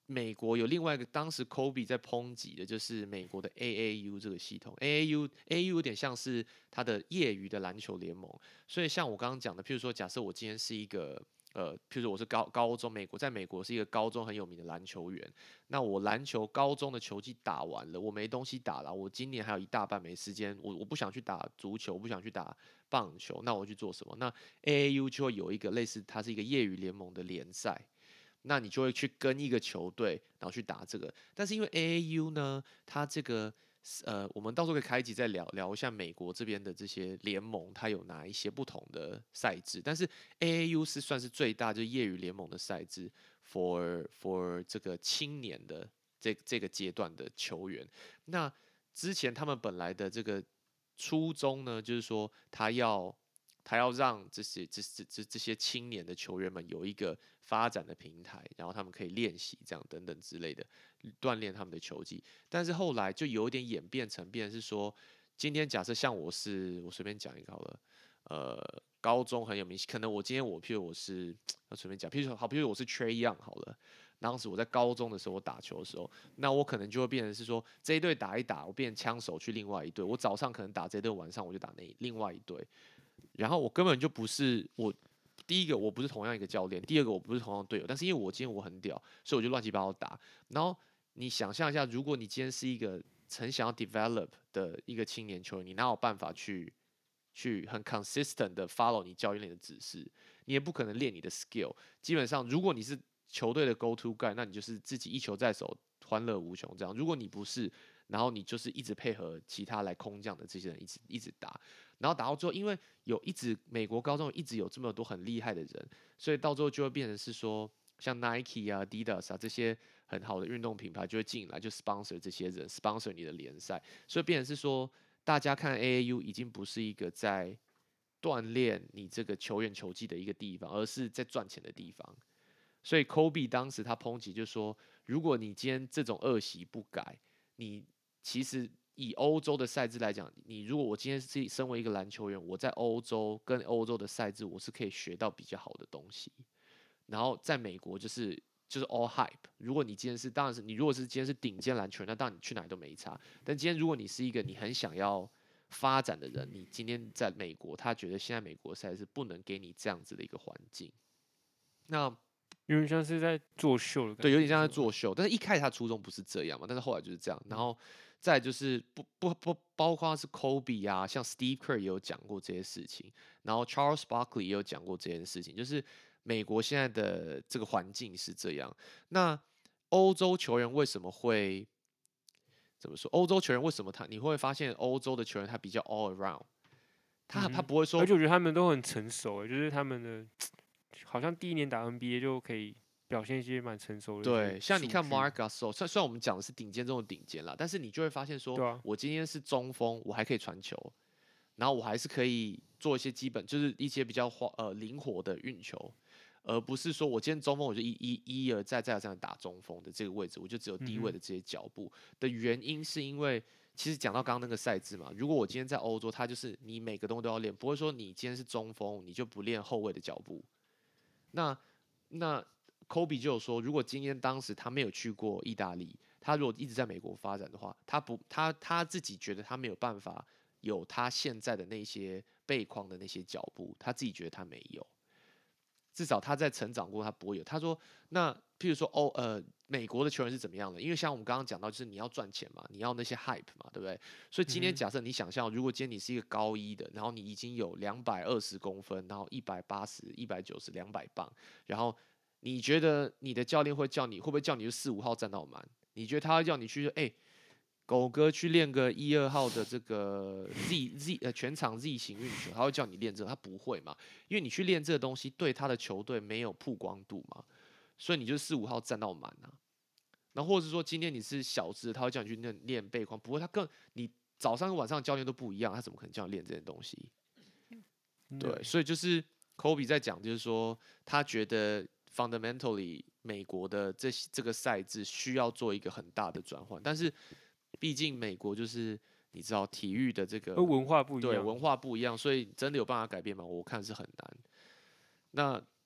美国有另外一个，当时 Kobe 在抨击的就是美国的 A A U 这个系统。A A U A A U 有点像是它的业余的篮球联盟，所以像我刚刚讲的，譬如说，假设我今天是一个呃，譬如说我是高高中，美国在美国是一个高中很有名的篮球员，那我篮球高中的球季打完了，我没东西打了，我今年还有一大半没时间，我我不想去打足球，我不想去打棒球，那我去做什么？那 A A U 就会有一个类似，它是一个业余联盟的联赛。那你就会去跟一个球队，然后去打这个。但是因为 A A U 呢，它这个呃，我们到时候可以开一集再聊聊一下美国这边的这些联盟，它有哪一些不同的赛制。但是 A A U 是算是最大，就是业余联盟的赛制 for for 这个青年的这这个阶段的球员。那之前他们本来的这个初衷呢，就是说他要他要让这些这这这这些青年的球员们有一个发展的平台，然后他们可以练习这样等等之类的锻炼他们的球技。但是后来就有一点演变成，变成是说，今天假设像我是我随便讲一个好了，呃，高中很有名，可能我今天我譬如我是要随便讲，譬如说好，譬如我是 Trey Young 好了。当时我在高中的时候，我打球的时候，那我可能就会变成是说，这一队打一打，我变枪手去另外一队。我早上可能打这队，晚上我就打那另外一队。然后我根本就不是我，第一个我不是同样一个教练，第二个我不是同样队友。但是因为我今天我很屌，所以我就乱七八糟打。然后你想象一下，如果你今天是一个很想要 develop 的一个青年球员，你哪有办法去去很 consistent 的 follow 你教练的指示？你也不可能练你的 skill。基本上，如果你是球队的 go to guy， 那你就是自己一球在手，欢乐无穷这样。如果你不是，然后你就是一直配合其他来空降的这些人一直一直打，然后打到最后，因为有一直美国高中一直有这么多很厉害的人，所以到最后就会变成是说，像 Nike 啊、Adidas 啊这些很好的运动品牌就会进来，就 sponsor 这些人，sponsor 你的联赛，所以变成是说，大家看 A A U 已经不是一个在锻炼你这个球员球技的一个地方，而是在赚钱的地方。所以 Kobe 当时他抨击就说，如果你今天这种恶习不改，你其实以欧洲的赛制来讲，你如果我今天是身为一个篮球员，我在欧洲跟欧洲的赛制，我是可以学到比较好的东西。然后在美国就是就是 all hype。如果你今天是，当然是你如果是今天是顶尖篮球员，那当然你去哪里都没差。但今天如果你是一个你很想要发展的人，你今天在美国，他觉得现在美国赛是不能给你这样子的一个环境。那有点像是在作秀的感觉， 对，有点像在作秀。但是一开始他初衷不是这样嘛，但是后来就是这样。然后再来就是不不不，包括是 Kobe 啊，像 Steve Kerr 也有讲过这些事情，然后 Charles Barkley 也有讲过这件事情，就是美国现在的这个环境是这样。那欧洲球员为什么会怎么说？欧洲球员为什么他你会发现欧洲的球员他比较 all around， 他、 嗯、 他不会说， 而且我觉得他们都很成熟，就是他们的好像第一年打 N B A 就可以表现一些蛮成熟的。 对，像你看 Marc Gasol，虽虽然我们讲的是顶尖中的顶尖啦，但是你就会发现说， 啊、 我今天是中锋，我还可以传球，然后我还是可以做一些基本，就是一些比较呃灵活的运球，而不是说我今天中锋我就一一一而再再而三的打中锋的这个位置，我就只有低位的这些脚步、嗯、的原因是因为。其实讲到刚刚那个赛制嘛，如果我今天在欧洲，它就是你每个东西都要练，不会说你今天是中锋，你就不练后卫的脚步。那那 Kobe 就有说，如果今天当时他没有去过意大利，他如果一直在美国发展的话，他不他他自己觉得他没有办法有他现在的那些背框的那些脚步，他自己觉得他没有。至少他在成长过，他不会有。他说，那譬如说欧呃美国的球员是怎么样的？因为像我们刚刚讲到，就是你要赚钱嘛，你要那些 hype 嘛，对不对？所以今天假设你想象，如果今天你是一个高一的，然后你已经有两百二十公分，然后一百八十、一百九十、两百磅，然后你觉得你的教练会叫你，会不会叫你就四五号站到满？你觉得他会叫你去说，哎、欸？狗哥去练个一二号的这个 Z Z 呃全场 Z 型运球，他会叫你练这个，他不会嘛？因为你去练这个东西，对他的球队没有曝光度嘛，所以你就四五号站到满啊。然后或者是说今天你是小只，他会叫你去练练背框，不会，他更你早上跟晚上教练都不一样，他怎么可能叫你练这些东西？对，所以就是 Kobe 在讲，就是说他觉得 fundamentally 美国的这这个赛制需要做一个很大的转换，但是。毕竟美国就是你知道体育的这个文化不一样， 对文化不一样，所以真的有办法改变吗？我看是很难。那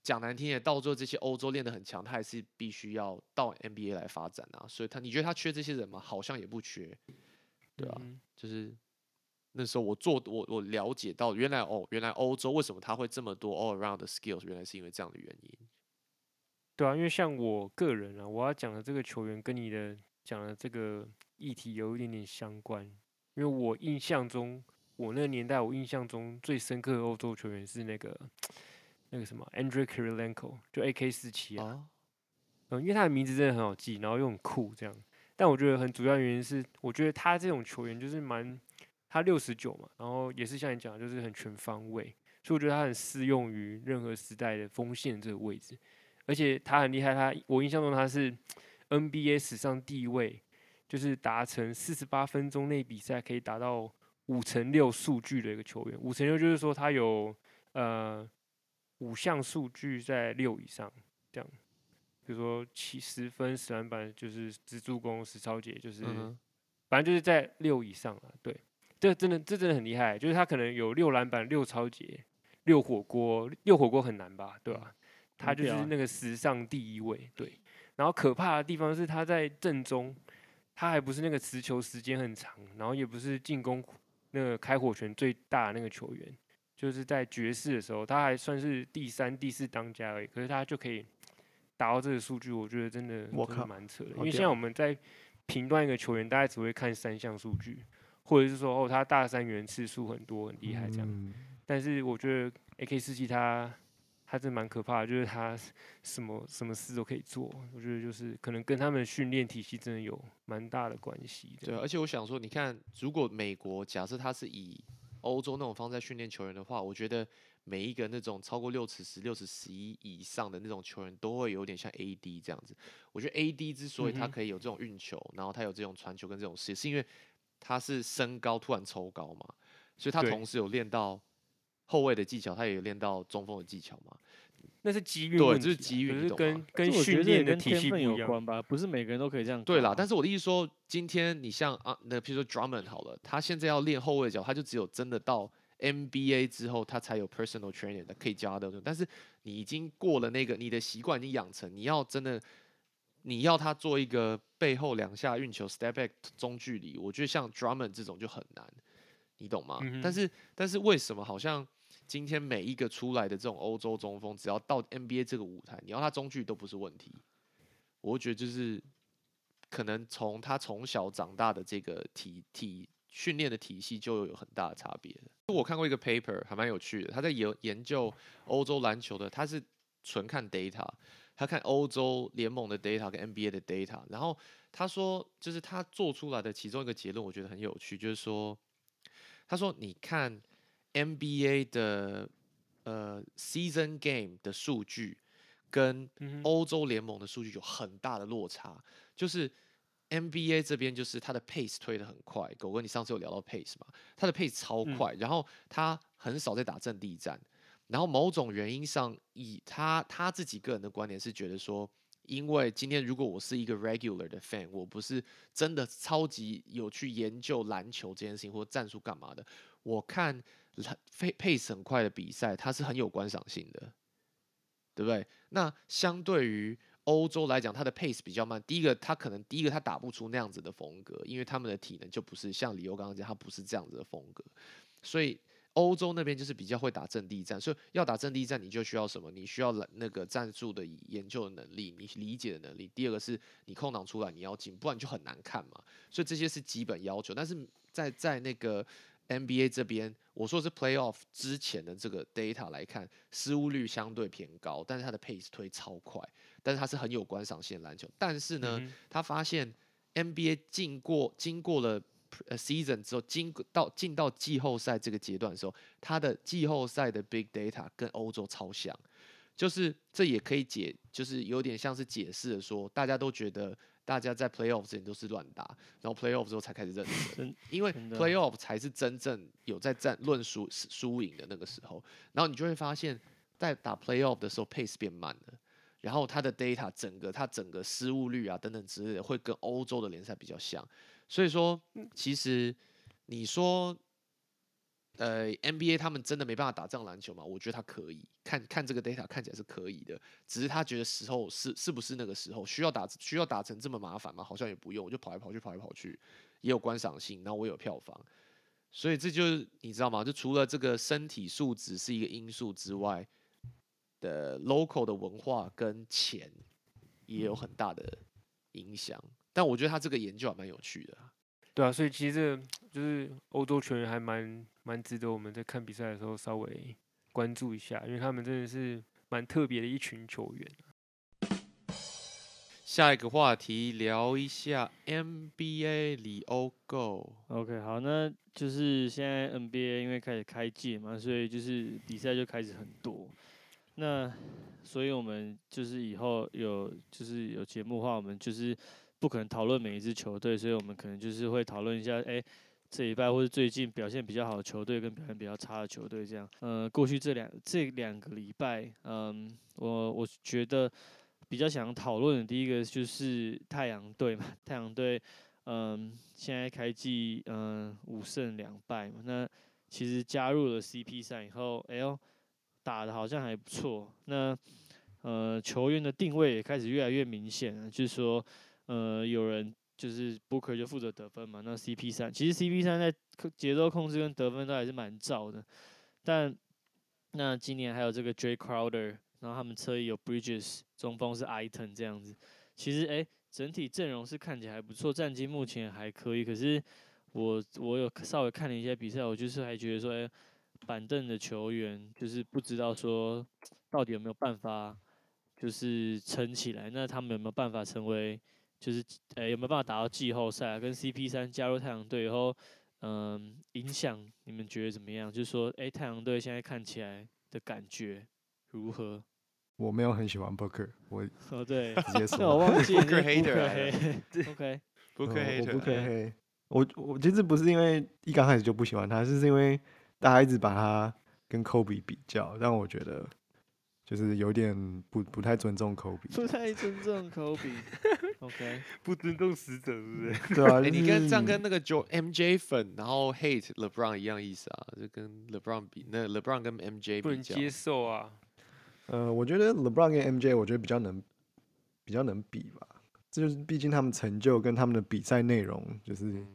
讲难听点，到最后这些欧洲练得很强，他还是必须要到 N B A 来发展啊。所以他你觉得他缺这些人吗？好像也不缺，对啊， 嗯就是那时候我做我我了解到，原来哦，原来欧洲为什么他会这么多 all around 的 skills，原来是因为这样的原因。 对啊，因为像我个人啊，我要讲的这个球员跟你的讲的这个议题有一点点相关，因为我印象中，我那个年代我印象中最深刻的欧洲球员是那个那个什么 Andrei Kirilenko，就 A K 四七啊， 哦， 嗯，因为他的名字真的很好记，然后又很酷这样。但我觉得很主要原因是，我觉得他这种球员就是蛮，他六十九嘛，然后也是像你讲的，就是很全方位，所以我觉得他很适用于任何时代的锋线这个位置。而且他很厉害，他我印象中他是 N B A 史上第一位，就是达成四十八分钟内比赛可以达到五乘六数据的一个球员。五乘六就是说他有呃五项数据在六以上，这样。比如说七十分、十篮板，就是十助攻、十超节，就是嗯反正就是在六以上啊。对，这真的这真的很厉害，就是他可能有六篮板、六超节、六火锅，六火锅很难吧，对吧、他很屌啊就是那个史上第一位，对。然后可怕的地方是他在正中，他还不是那个持球时间很长，然后也不是进攻那个开火权最大的那个球员，就是在爵士的时候，他还算是第三、第四当家而已，可是他就可以达到这个数据，我觉得真的真的我靠蛮扯的。因好为现在屌我们在评断一个球员，大概只会看三项数据，或者是说哦他大三元次数很多很厉害这样。 嗯但是我觉得 A K 四七他他真的蛮可怕的，就是他什么什么事都可以做。我觉得就是可能跟他们的训练体系真的有蛮大的关系的。 对啊，而且我想说，你看，如果美国假设他是以欧洲那种方式在训练球员的话，我觉得每一个那种超过六尺十、六尺十一以上的那种球员，都会有点像 A D 这样子。我觉得 A D 之所以他嗯哼可以有这种运球，然后他有这种传球跟这种视野，是因为他是身高突然抽高嘛，所以他对同时有练到后卫的技巧，他也有练到中锋的技巧嘛。 那是机运对， 问题、啊， 这是机遇， 可是你懂吗？ 跟跟可是我觉得这也训练的体跟天分系不一样。 有关吧，不是每个人都可以这样搞啊。 对啦，但是我的意思说，今天你像啊，那譬如说 Drummond 好了，他现在要练后卫脚，他就只有真的到 N B A 之后，他才有 personal trainer 的可以教他的。但是你已经过了那个，你的习惯已经养成，你要真的你要他做一个背后两下运球 step back 中距离，我觉得像 Drummond 这种就很难，你懂吗？ 嗯哼但是但是为什么好像今天每一个出来的这种欧洲中锋，只要到 N B A 这个舞台，你要他中距都不是问题。我觉得就是可能从他从小长大的这个体体训练的体系就有很大的差别。我看过一个 paper 还蛮有趣的，他在研研究欧洲篮球的，他是纯看 data，他看欧洲联盟的 data 跟 N B A 的 data，然后他说就是他做出来的其中一个结论，我觉得很有趣，就是说他说你看 N B A 的呃 season game 的数据跟嗯哼欧洲联盟的数据有很大的落差，就是 N B A 这边就是它的 pace 推得很快，狗哥你上次有聊到 pace 嘛，它的 pace 超嗯快，然后他很少在打阵地战，然后某种原因上，以他他自己个人的观点是觉得说，因为今天如果我是一个 regular 的 fan，我不是真的超级有去研究篮球这件事情或战术干嘛的，我看篮 pace 很快的比赛，它是很有观赏性的。对不对？那相对于欧洲来讲，它的 pace 比较慢。第一个，他可能第一个他打不出那样子的风格，因为他们的体能就不是像李欧刚刚讲，他不是这样子的风格。所以欧洲那边就是比较会打阵地战，所以要打阵地战，你就需要什么？你需要那个战术的研究的能力，你理解的能力。第二个是你空档出来你要进，不然就很难看嘛。所以这些是基本要求。但是在在那个 N B A 这边，我说是 Playoff 之前的这个 data 来看，失误率相对偏高，但是它的 pace 推超快，但是它是很有观赏性的篮球。但是呢， 嗯哼他发现 N B A 经过经过了呃 season 之后，经到进到季后赛这个阶段的时候，它的季后赛的 big data 跟欧洲超像。就是这也可以解，就是有点像是解释了说，大家都觉得大家在 playoff 之前都是乱打，然后 playoff 之后才开始认真真， 因为真的 playoff 才是真正有在战论输输赢的那个时候，然后你就会发现，在打 playoff 的时候 pace 变慢了，然后它的 data 整个它整个失误率啊等等之类的会跟欧洲的联赛比较像，所以说其实你说呃 N B A 他们真的没办法打这样篮球吗？我觉得他可以，看看这个 data 看起来是可以的，只是他觉得时候是是不是那个时候需要打需要打成这么麻烦吗？好像也不用，我就跑来跑去跑来跑去，也有观赏性，然后我有票房，所以这就是你知道吗？就除了这个身体素质是一个因素之外的 local 的文化跟钱也有很大的影响。但我觉得他这个研究还蛮有趣的啊。 对啊，所以其实这个就是欧洲球员还蛮蛮值得我们在看比赛的时候稍微关注一下，因为他们真的是蛮特别的一群球员。 下一个话题聊一下 N B A 里欧 Go。 OK，好，那就是现在 N B A 因为开始开季嘛，所以就是比赛就开始很多。那所以我们就是以后有就是有节目的话，我们就是不可能讨论每一支球队，所以我们可能就是会讨论一下，哎、这礼拜或者最近表现比较好的球队跟表现比较差的球队这样。呃，过去这两这两个礼拜，嗯，我我觉得比较想讨论的第一个就是太阳队嘛，太阳队，嗯，现在开季嗯五胜两败嘛，那其实加入了 C P 三以后，哎呦。打的好像还不错。那呃，球员的定位也开始越来越明显了，就是说，呃，有人就是 Booker 就负责得分嘛，那 C P 三其实 C P 三在节奏控制跟得分都还是蛮照的，但那今年还有这个 Jay Crowder，然后他们侧翼有 Bridges，中锋是 Aiton 这样子，其实哎、欸，整体阵容是看起来还不错，战绩目前还可以，可是我我有稍微看了一些比赛，我就是还觉得说，哎、欸。板凳的球员就是不知道说到底有没有办法就是撑起来，那他们有没有办法成为就是呃、欸、有没有办法打到季后赛啊？跟 C P 三加入太阳队以后，嗯，影响你们觉得怎么样？就是说，哎、欸，太阳队现在看起来的感觉如何？ 我没有很喜欢 Booker，我哦对， 直接那我说， 忘记了 Booker 你是 hater Booker 来了黑，OK， 不可呃我 hater 不可来了黑。我我其实不是因为一刚开始就不喜欢他，是因为大家一直把他跟 Kobe 比较，让我觉得就是有点不不太尊重 Kobe 这不样。 太尊重 Kobe，OK， 不尊重死者，是不是？ 对啊， 哎、 就你跟这样是跟那个 Jo M J 粉，然后 hate LeBron 一样意思啊，就跟 LeBron 比，那 LeBron 跟 M J 比较， 不能接受啊！ 呃，我觉得 LeBron 跟 M J，我觉得比较能比较能比吧。这就是毕竟他们成就跟他们的比赛内容，就是嗯，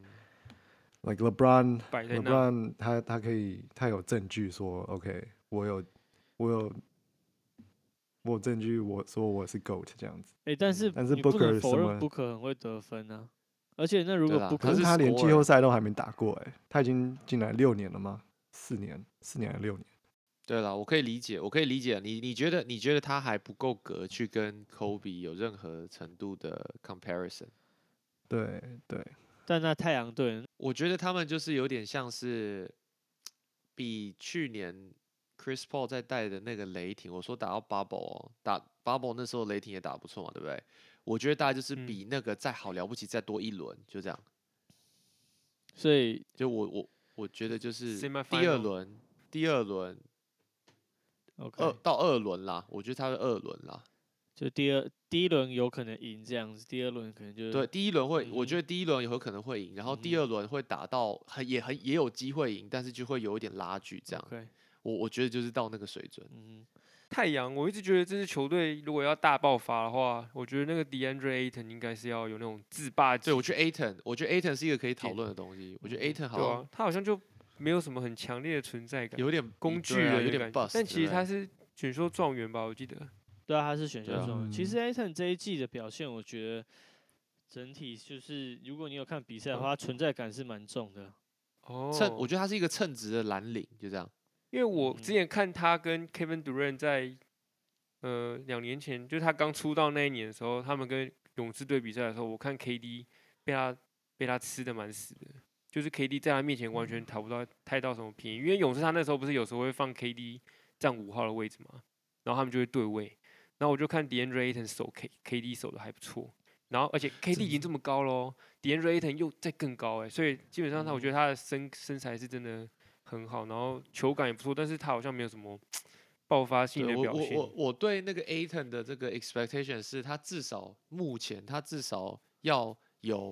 like LeBron 摆在那， LeBron 他他可以他有证据说 OK，我有我有我有证据我说我是 GOAT 这样子。 哎、但是但是你不能 Booker 否认什么？ Booker 很会得分啊，而且那如果对啦， 可 Booker 是他是他连季后 scorer， 赛都还没打过哎、他已经进来六年了吗？四年，四年还是六年？ 对了，我可以理解，我可以理解你，你觉得你觉得他还不够格去跟 Kobe 有任何程度的 comparison？ 对对， 但那太阳队我觉得他们就是有点像是比去年 Chris Paul 在带的那个雷霆，我说打到 Bubble，、哦、打 Bubble 那时候雷霆也打不错嘛，对不对？我觉得大概就是嗯比那个再好了不起再多一轮，就这样。 所以就我我我觉得就是第 Semifinal 二轮，第二轮二 OK， 到二轮啦，我觉得他是二轮啦。 就第二第一轮有可能赢这样子，第二轮可能就对，第一轮会， 嗯我觉得第一轮有可能会赢，然后第嗯二轮会打到很也很也有机会赢，但是就会有一点拉锯这样。 OK， 我我觉得就是到那个水准。 嗯太阳，我一直觉得这支球队如果要大爆发的话，我觉得那个 DeAndre Ayton 应该是要有那种自霸对， 气， 我觉得 Aton，我觉得 Aton 是一个可以讨论的东西。我觉得嗯 Aton 好对啊像， 他好像就没有什么很强烈的存在感， 有点工具对啊有点人的感觉 bust， 但其实他对是选秀状元吧，我记得。 对啊，他是选秀对啊状元。其嗯实 Aton 这一季的表现，我觉得整体就是，如果你有看比赛的话，他存在感是蛮重的。 哦， 称，我觉得他是一个称职的蓝领，就这样。 因为我嗯之前看他跟 Kevin Durant 在呃两年前，就是他刚出道那一年的时候，他们跟勇士队比赛的时候，我看 K D 被他被他吃的蛮死的，就是 K D 在他面前完全讨不到太到什么便宜，因为勇士他那时候不是有时候会放 K D 占五号的位置嘛，然后他们就会对位，然后我就看 DeAndre Ayton 守 K KD 守的还不错，然后而且 K D 已经这么高喽，DeAndre Ayton 又再更高哎，所以基本上他我觉得他的身身材是真的很好，然后球感也不错，但是他好像没有什么爆发性对我的表现。 我我我对那个 Aton 的这个 expectation 是他至少目前他至少要有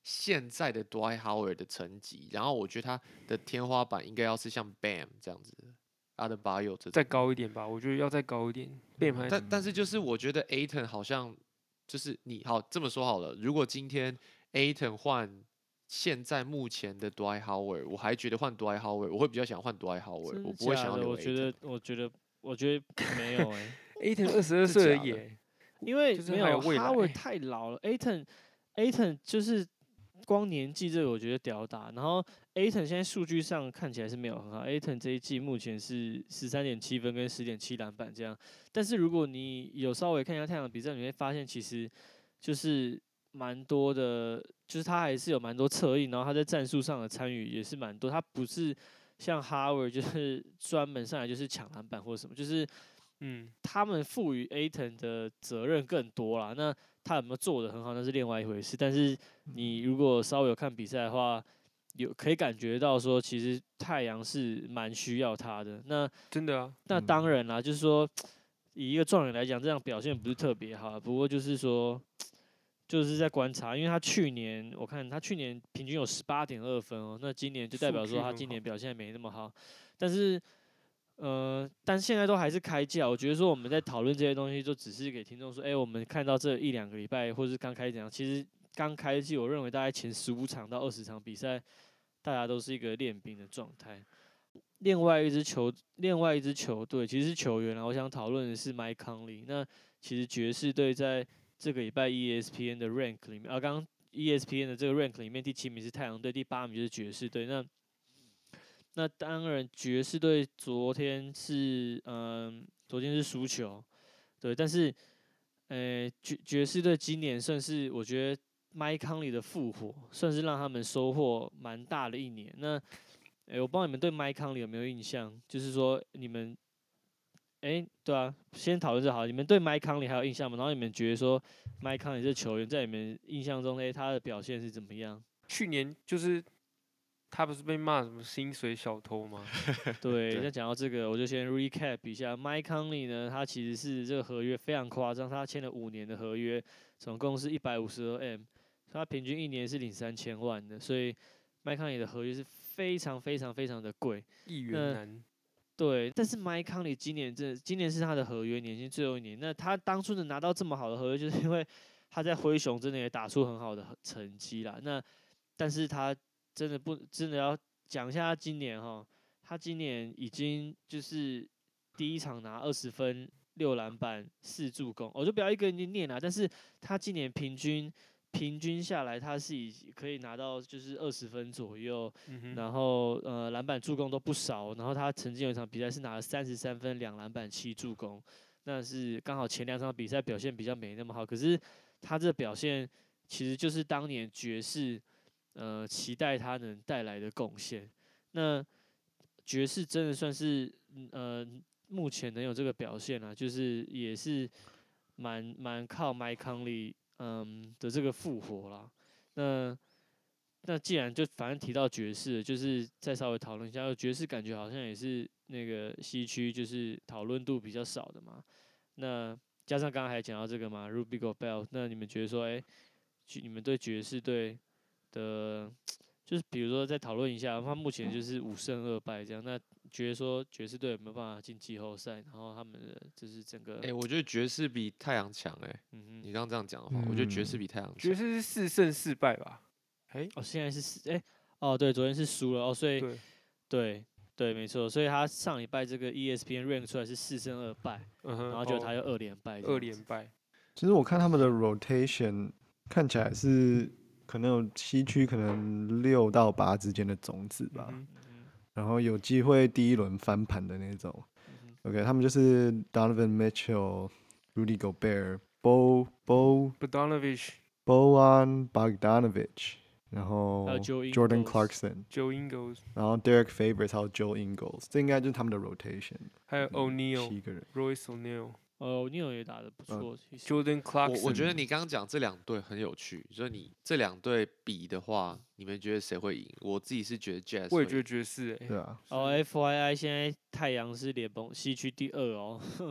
现在的 Dwight Howard 的层级，然后我觉得他的天花板应该要是像 Bam 这样子的 Adebayo 这再种。 高一点吧，我觉得要再高一点。变还但但是就是我觉得 Ayton 好像就是你好这么说好了，如果今天 Ayton 换现在目前的 Dwight Howard，我还觉得换 Dwight Howard，我会比较想换 Dwight Howard，我真不会想假的？ 要留我觉 Ayton。 得，我觉得，我觉得没有哎、 Ayton 二十二是岁而假的已欸， 因为就是没有还有未来 Howard 太老了，Ayton Ayton 就是光年纪这个我觉得屌打，然后 Ayton 现在数据上看起来是没有很好，Ayton 这一季目前是十三点七分跟十点七篮板这样，但是如果你有稍微看一下太阳比赛，你会发现其实就是蛮多的，就是他还是有蛮多策应，然后他在战术上的参与也是蛮多，他不是像 Howard 就是专门上来就是抢篮板或者什么，就是嗯， 他们赋予 Ayton 的责任更多啦。那他有没有做得很好，那是另外一回事。但是你如果稍微有看比赛的话，有可以感觉到说，其实太阳是蛮需要他的。那真的啊， 那当然啦，就是说以一个状元来讲，这样表现不是特别好，不过就是说。就是在观察，因为他去年我看他去年平均有十八点二分哦，那今年就代表说他今年表现没那么好，但是呃，但现在都还是开价。我觉得说我们在讨论这些东西，就只是给听众说，哎、我们看到这一两个礼拜，或是刚开怎样，其实刚开季，我认为大概前十五场到二十场比赛，大家都是一个练兵的状态。另外一支球，另外一支球队其实是球员啊，我想讨论的是 Mike Conley。那其实爵士队在这个礼拜 E S P N 的 rank 里面，啊，刚刚 E S P N 的这个 rank 里面，第七名是太阳队，第八名就是爵士队。那那当然，爵士队昨天是嗯，昨天是输球，对，但是呃，爵爵士队今年算是我觉得麦康利的复活，算是让他们收获蛮大的一年。那诶，我不知道你们对麦康利有没有印象？就是说你们诶，对啊，先讨论这好，你们对麦康利还有印象吗？然后你们觉得说麦康利这球员在你们印象中，诶，他的表现是怎么样？ 去年就是他不是被骂什么薪水小偷吗？ 对， 对那讲到这个，我就先 recap 一下。麦康利呢，他其实是这个合约非常夸张，他签了五年的合约，总共是一百五十二 M，他平均一年是领三千万的，所以麦康利的合约是非常非常非常的贵。 议那员男， 对，但是麦康利今年这今年是他的合约年薪最后一年，那他当初能拿到这么好的合约，就是因为他在灰熊真的也打出很好的成绩啦。那但是他真的不真的要讲一下他今年哈，他今年已经就是第一场拿二十分、六篮板、四助攻，我就不要一个一个念啦。但是他今年平均平均下来，他是以可以拿到就是二十分左右， 嗯哼， 然后呃篮板助攻都不少，然后他曾经有一场比赛是拿了三十三分、两篮板、七助攻，那是刚好前两场比赛表现比较没那么好，可是他这表现其实就是当年爵士呃期待他能带来的贡献。那爵士真的算是呃目前能有这个表现啊，就是也是蛮蛮靠麦康利嗯的这个复活啦。那那既然就反正提到爵士，就是再稍微讨论一下，爵士感觉好像也是那个西区就是讨论度比较少的嘛。那加上刚刚还讲到这个嘛，Rudy Gobert，那你们觉得说，哎、欸，你们对爵士队的，就是比如说再讨论一下，他目前就是五胜二败这样，那觉得说爵士队有没有办法进季后赛？然后他们的就是整个， 哎、我觉得爵士比太阳强哎。 嗯哼， 你刚刚这样讲的话，我觉得爵士嗯比太阳强。 爵士是四胜四败吧？哎， 哦，现在是四，哎、哦，对，昨天是输了哦，所以对， 对对，没错，所以他上礼拜这个 E S P N rank 出来是四胜二败， 嗯哼， 然后就他哦又二连败， 二连败， 其实我看他们的 rotation 看起来是可能有西区可能六到八之间的种子吧， 嗯嗯然后有机会第一轮翻盘的那种。 嗯 OK，他们就是 Donovan Mitchell、Rudy Gobert、Bo Bo ，Bogdanovich、 Bojan Bogdanovic，然后还有 Joe Jordan Ingles Clarkson， Joe Ingles， 然后 Derek Favors 还有 Joe Ingles，这应该就是他们的 rotation。 还有嗯 O'Neal、 七个人。 Royce O'Neal、 哦，尼尔也打得不错，其实 Jordan 我 Clarkson。 我觉得你刚刚讲这两队很有趣，就是你这两队比的话，你们觉得谁会赢？我自己是觉得 Jazz， 我也觉得会赢爵士哎， 对啊， 哦，F Y I 现在太阳是联盟西区第二哦，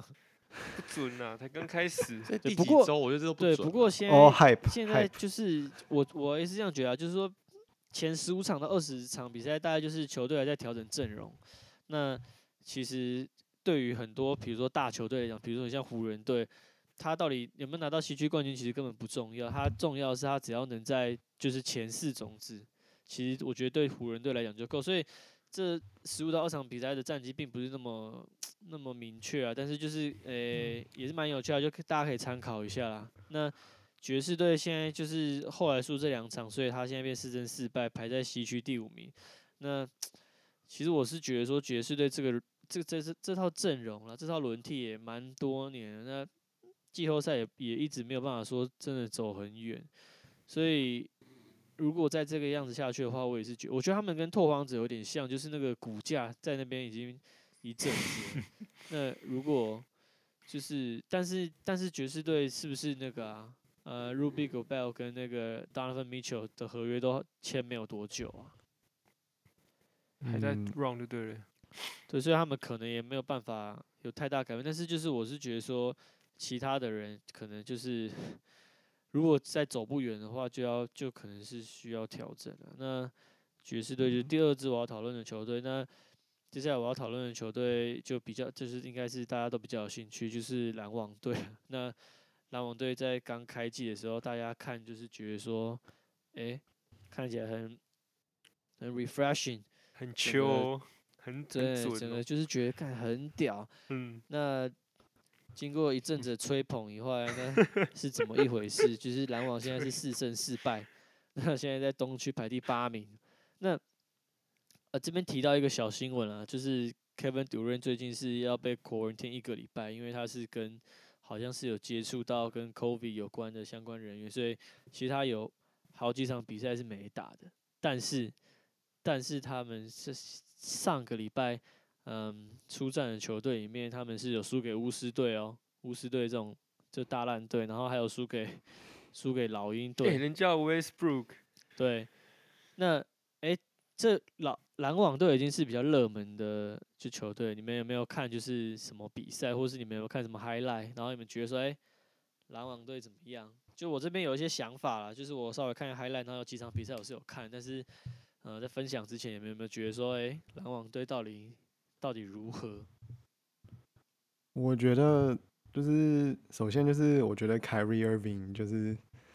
不准啊，才刚开始。 在对不过第几周，我觉得这都不对， 准啊。 不过现哦在 ，hype 现在 hype， 就是我我也是这样觉得啊，就是说前十五场到二十场比赛，大概就是球队还在调整阵容。那其实对于很多比如说大球队来讲，比如说像湖人队，他到底有没有拿到西区冠军，其实根本不重要，他重要的是他只要能在就是前四种子，其实我觉得对湖人队来讲就够。所以这十五到二场比赛的战绩并不是那么那么明确啊，但是就是呃、也是蛮有趣的，就大家可以参考一下啦。那爵士队现在就是后来输这两场，所以他现在变四胜四败，排在西区第五名。那其实我是觉得说爵士队这个这这这这套阵容啦，这套轮替也蛮多年了，那季后赛也也一直没有办法说真的走很远，所以如果再这个样子下去的话，我也是觉我觉得他们跟拓荒者有点像，就是那个股价在那边已经一阵子了。那如果就是，但是但是爵士队是不是那个啊？呃，Rudy Gobert 跟那个 Donovan Mitchell 的合约都签没有多久啊？ 还在嗯 run 就对了。 对，所以他们可能也没有办法有太大改变。但是就是我是觉得说，其他的人可能就是如果再走不远的话，就要就可能是需要调整了。那爵士队就是第二支我要讨论的球队。那接下来我要讨论的球队就比较就是应该是大家都比较有兴趣，就是篮网队。那篮网队在刚开季的时候，大家看就是觉得说，诶，看起来很很 refreshing， 很整个秋哦，很很对，整准哦。 个就是觉得看很屌。 嗯， 那经过一阵子的吹捧以后，那是怎么一回事？就是篮网现在是四胜四败，那现在在东区排第八名。那呃这边提到一个小新闻啊，就是 Kevin Durant 最近是要被 quarantine 一个礼拜，因为他是跟好像是有接触到跟 COVID 有关的相关人员，所以其实他有好几场比赛是没打的。但是但是他们是上个礼拜嗯出战的球队里面，他们是有输给巫师队哦，巫师队这种就大烂队，然后还有输给输给老鹰哎、 队， 人家 Westbrook 对，那诶，这老篮网队已经是比较热门的就球队，你们有没有看就是什么比赛，或是你们有没有看什么 highlight，然后你们觉得说，诶，篮网队怎么样？就我这边有一些想法啦，就是我稍微看 highlight，然后有几场比赛我是有看，但是呃，在分享之前，有没有没有觉得说，诶，篮网队到底到底如何？ 我觉得就是首先就是我觉得 Kyrie Irving 就是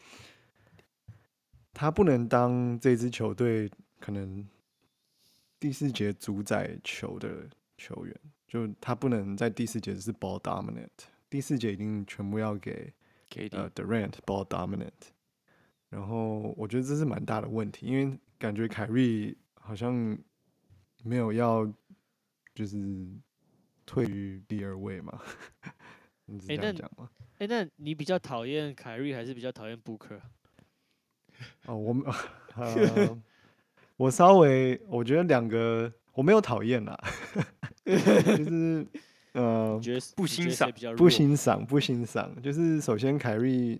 他不能当这支球队可能第四节主宰球的球员，就他不能在第四节只是 ball dominant，第四节一定全部要给 K D 呃 Durant ball dominant。然后我觉得这是蛮大的问题，因为感觉凯瑞好像没有要就是退于第二位嘛，你是诶，那这样讲吗？ 诶，那你比较讨厌凯瑞还是比较讨厌布克？ 哦，我们呃，我稍微我觉得两个我没有讨厌啦，就是呃你觉得不你觉得谁欣赏比较弱？ 不欣赏不欣赏，就是首先凯瑞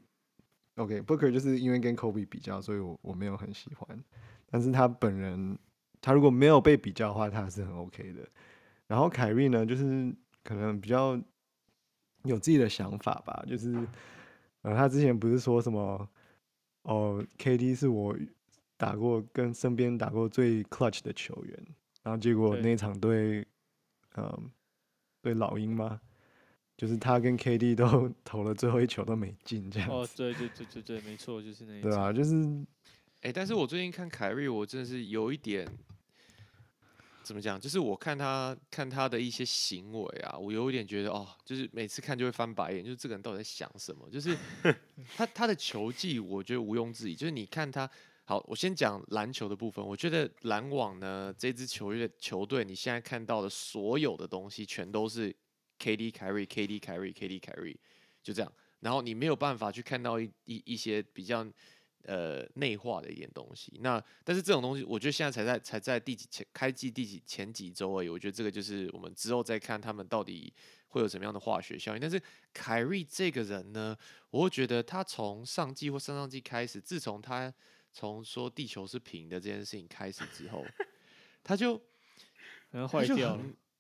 OK Booker 就是因为跟 Kobe 比较，所以我我没有很喜欢，但是他本人他如果没有被比较的话，他是很 OK 的。然后凯瑞呢，就是可能比较有自己的想法吧，就是呃，他之前不是说什么哦，K D 是我打过跟身边打过最 clutch 的球员，然后结果对那一场对嗯对老鹰嘛，就是他跟 K D 都投了最后一球都没进这样哦， 子， 对对对对对，没错，就是那一对啊， 场。 就是哎、但是我最近看凯瑞，我真的是有一点怎么讲，就是我看他看他的一些行为啊，我有一点觉得哦，就是每次看就会翻白眼，就是这个人到底在想什么？就是他他的球技，我觉得毋庸置疑。就是你看他，好，我先讲篮球的部分，我觉得篮网呢这支球队球队，你现在看到的所有的东西，全都是 K D 凯瑞 K D 凯瑞 K D 凯瑞，就这样。然后你没有办法去看到一一一些比较呃内化的一点东西。那但是这种东西，我觉得现在才在才在第几前开季第几前几周而已。我觉得这个就是我们之后再看他们到底会有什么样的化学效应。但是凯瑞这个人呢，我会觉得他从上季或上上季开始，自从他从说地球是平的这件事情开始之后，他就然后他就坏掉了很。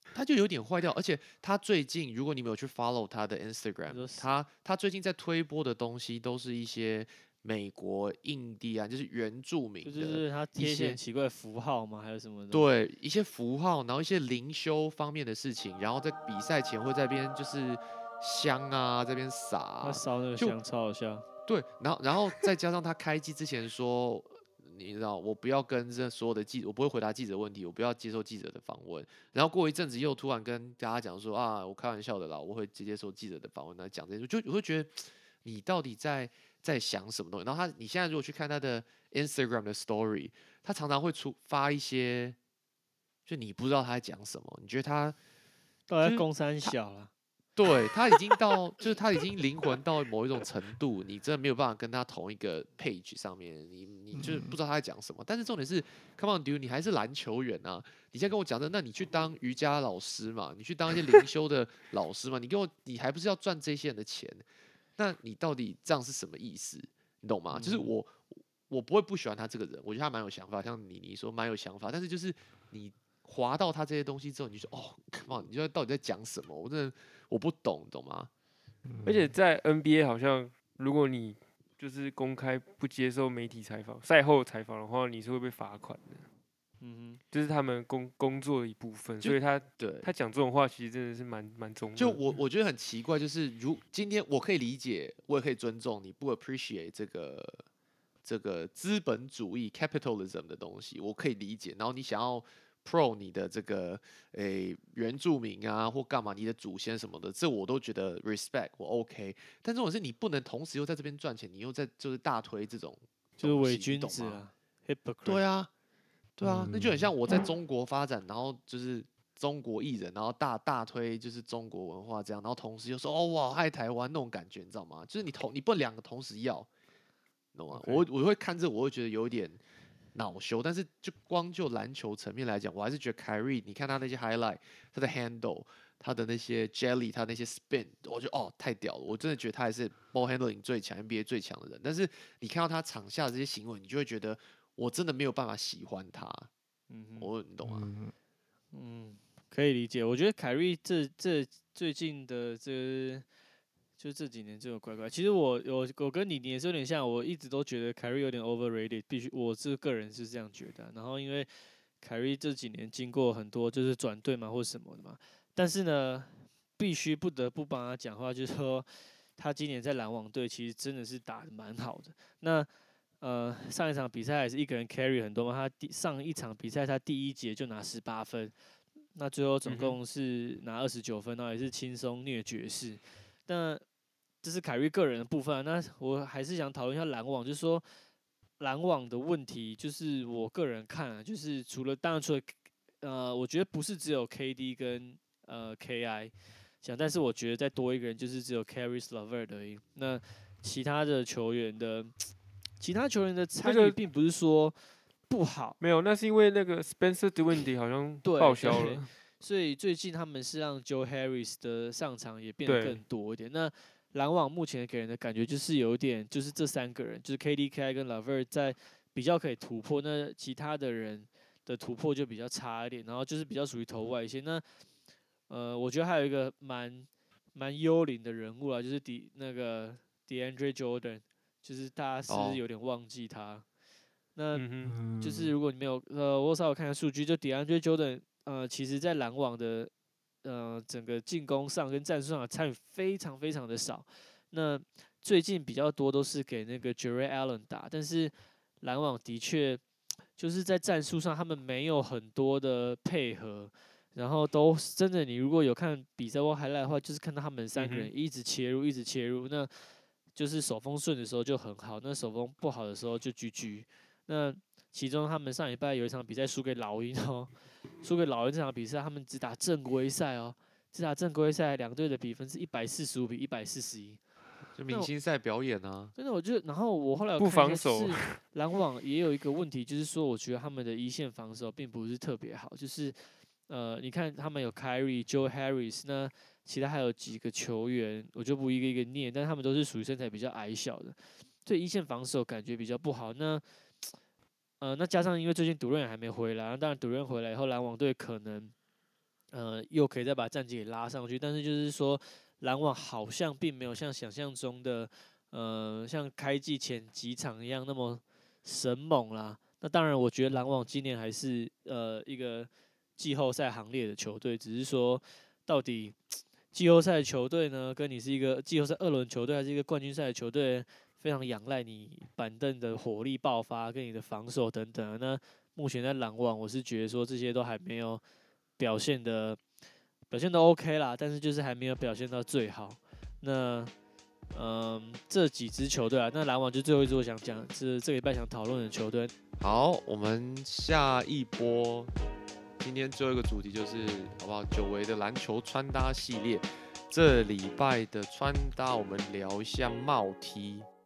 他就有点坏掉，而且他最近，如果你没有去 follow 他的 Instagram， 说是他他最近在推播的东西都是一些美国、印第安，就是原住民就的是他一贴一些很些奇怪的符号吗？还有什么的？ 对一些符号，然后一些灵修方面的事情，然后在比赛前会在边就是香啊，在边撒他啊，就烧那个香超好笑。 对，然后然后再加上他开机之前说，你知道我不要跟这所有的记者，我不会回答记者问题，我不要接受记者的访问。然后过一阵子又突然跟大家讲说啊，我开玩笑的啦，我会直接受记者的访问来讲这些，就我会觉得你到底在在想什么东西？然后他你现在如果去看他的 Instagram 的 Story，他常常会出发一些，就你不知道他在讲什么，你觉得他就是到底在攻三小了。 对他已经到，就是他已经灵魂到某一种程度，你真的没有办法跟他同一个 page 上面，你你就是不知道他在讲什么。但是重点是，Come on dude，你还是篮球员啊！你现在跟我讲的，那你去当瑜伽老师嘛，你去当一些灵修的老师嘛，你跟我，你还不是要赚这些人的钱？那你到底这样是什么意思？你懂吗？就是嗯我我不会不喜欢他这个人，我觉得他蛮有想法，像你你说蛮有想法，但是就是你滑到他这些东西之后，你就说哦，Come on，你说到底在讲什么？我真的我不懂，懂吗？ 而且在 N B A 好像，如果你就是公开不接受媒体采访、赛后采访的话，你是会被罚款的。 嗯这是他们工工作的一部分， 就所以他对， 他讲这种话，其实真的是蛮蛮中就二的。 我我觉得很奇怪，就是如今天我可以理解，我也可以尊重你不 appreciate 这个这个资本主义 capitalism 的东西，我可以理解。然后你想要 pro 你的这个诶原住民啊或干嘛，你的祖先什么的，这我都觉得 respect 我 OK。但这种是你不能同时又在这边赚钱，你又在就是大推这种就是伪东西你懂吗？ 君子啊，hypocrite。 对啊，对啊，那就很像嗯我在中国发展，然后就是中国艺人，然后大大推就是中国文化这样，然后同时又说哦我好爱台湾那种感觉，你知道吗？就是你同你不能两个同时要，你懂吗 OK 我我会看这，我会觉得有一点恼羞，但是就光就篮球层面来讲，我还是觉得 Kyrie，你看他那些 highlight，他的 handle，他的那些 jelly，他那些 spin，我觉得哦太屌了，我真的觉得他还是 ball handling 最强 N B A 最强的人。但是你看到他场下的这些行为，你就会觉得我真的没有办法喜欢他， 嗯哼， 我你懂吗？ 嗯嗯，可以理解。我觉得凯瑞这这最近的这就这几年这种怪怪，其实我我我跟你你也是有点像，我一直都觉得凯瑞有点 overrated，必须我这个人是这样觉得啊。然后因为凯瑞这几年经过很多就是转队嘛或什么的嘛，但是呢，必须不得不帮他讲话，就是说他今年在篮网队其实真的是打得蛮好的。那呃，上一场比赛还是一个人 carry 很多嘛，他第上一场比赛他第一节就拿十八分，那最后总嗯哼共是拿二十九分，然后也是轻松虐爵士。那这是凯瑞个人的部分啊，那我还是想讨论一下篮网，就是说篮网的问题，就是我个人看啊，就是除了当然除了呃，我觉得不是只有 K D 跟呃 K I 讲，但是我觉得再多一个人就是只有 Caris LeVert 而已。那其他的球员的其他球员的参个与并不是说不好， 没有，那是因为那个 Spencer Dinwiddie 好像对报销对了。 所以最近他们是让 Joe Harris 的上场也变得对更多一点。那篮网目前给人的感觉就是有一点，就是这三个人，就是 K D、K I 跟 LeVert 在比较可以突破，那其他的人的突破就比较差一点，然后就是比较属于投外线。那呃，我觉得还有一个蛮蛮幽灵的人物啊，就是迪那个 DeAndre Jordan，就是大家是不是哦有点忘记他？那嗯哼， 嗯， 就是如果你没有呃，我稍微看看数据，就 DeAndre Jordan 呃，其实在篮网的呃整个进攻上跟战术上的参与非常非常的少。那最近比较多都是给那个 Jarrett Allen 打，但是篮网的确就是在战术上他们没有很多的配合，然后都真的你如果有看比赛或 highlight 的话，就是看到他们三个嗯哼人一直切入，一直切入，那就是手风顺的时候就很好，那手风不好的时候就 G G。那其中他们上礼拜有一场比赛输给老鹰哦，输给老鹰这场比赛，他们只打正规赛哦，只打正规赛，两队的比分是一百四十五比一百四十一。 就明星赛表演啊， 真的，我觉得，然后我后来有不看一下， 防守就是篮网也有一个问题，就是说，我觉得他们的一线防守并不是特别好，就是呃，你看他们有 Kyrie、Joe Harris，那其他还有几个球员，我就不一个一个念，但他们都是属于身材比较矮小的，对一线防守感觉比较不好。那呃，那加上因为最近杜润还没回来，当然杜润回来以后，篮网队可能呃，又可以再把战绩给拉上去。但是就是说，篮网好像并没有像想象中的，呃，像开季前几场一样那么神猛啦。那当然，我觉得篮网今年还是呃一个季后赛行列的球队，只是说到底季后赛球队呢，跟你是一个季后赛二轮球队，还是一个冠军赛的球队，非常仰赖你板凳的火力爆发跟你的防守等等。那目前在篮网，我是觉得说这些都还没有表现的表现都 OK 啦，但是就是还没有表现到最好。那嗯，这几支球队啊，那篮网就最后一支我想讲是这个礼拜想讨论的球队。 好，我们下一波，今天最后一个主题就是好不好？久违的篮球穿搭系列，这礼拜的穿搭我们聊一下帽 T。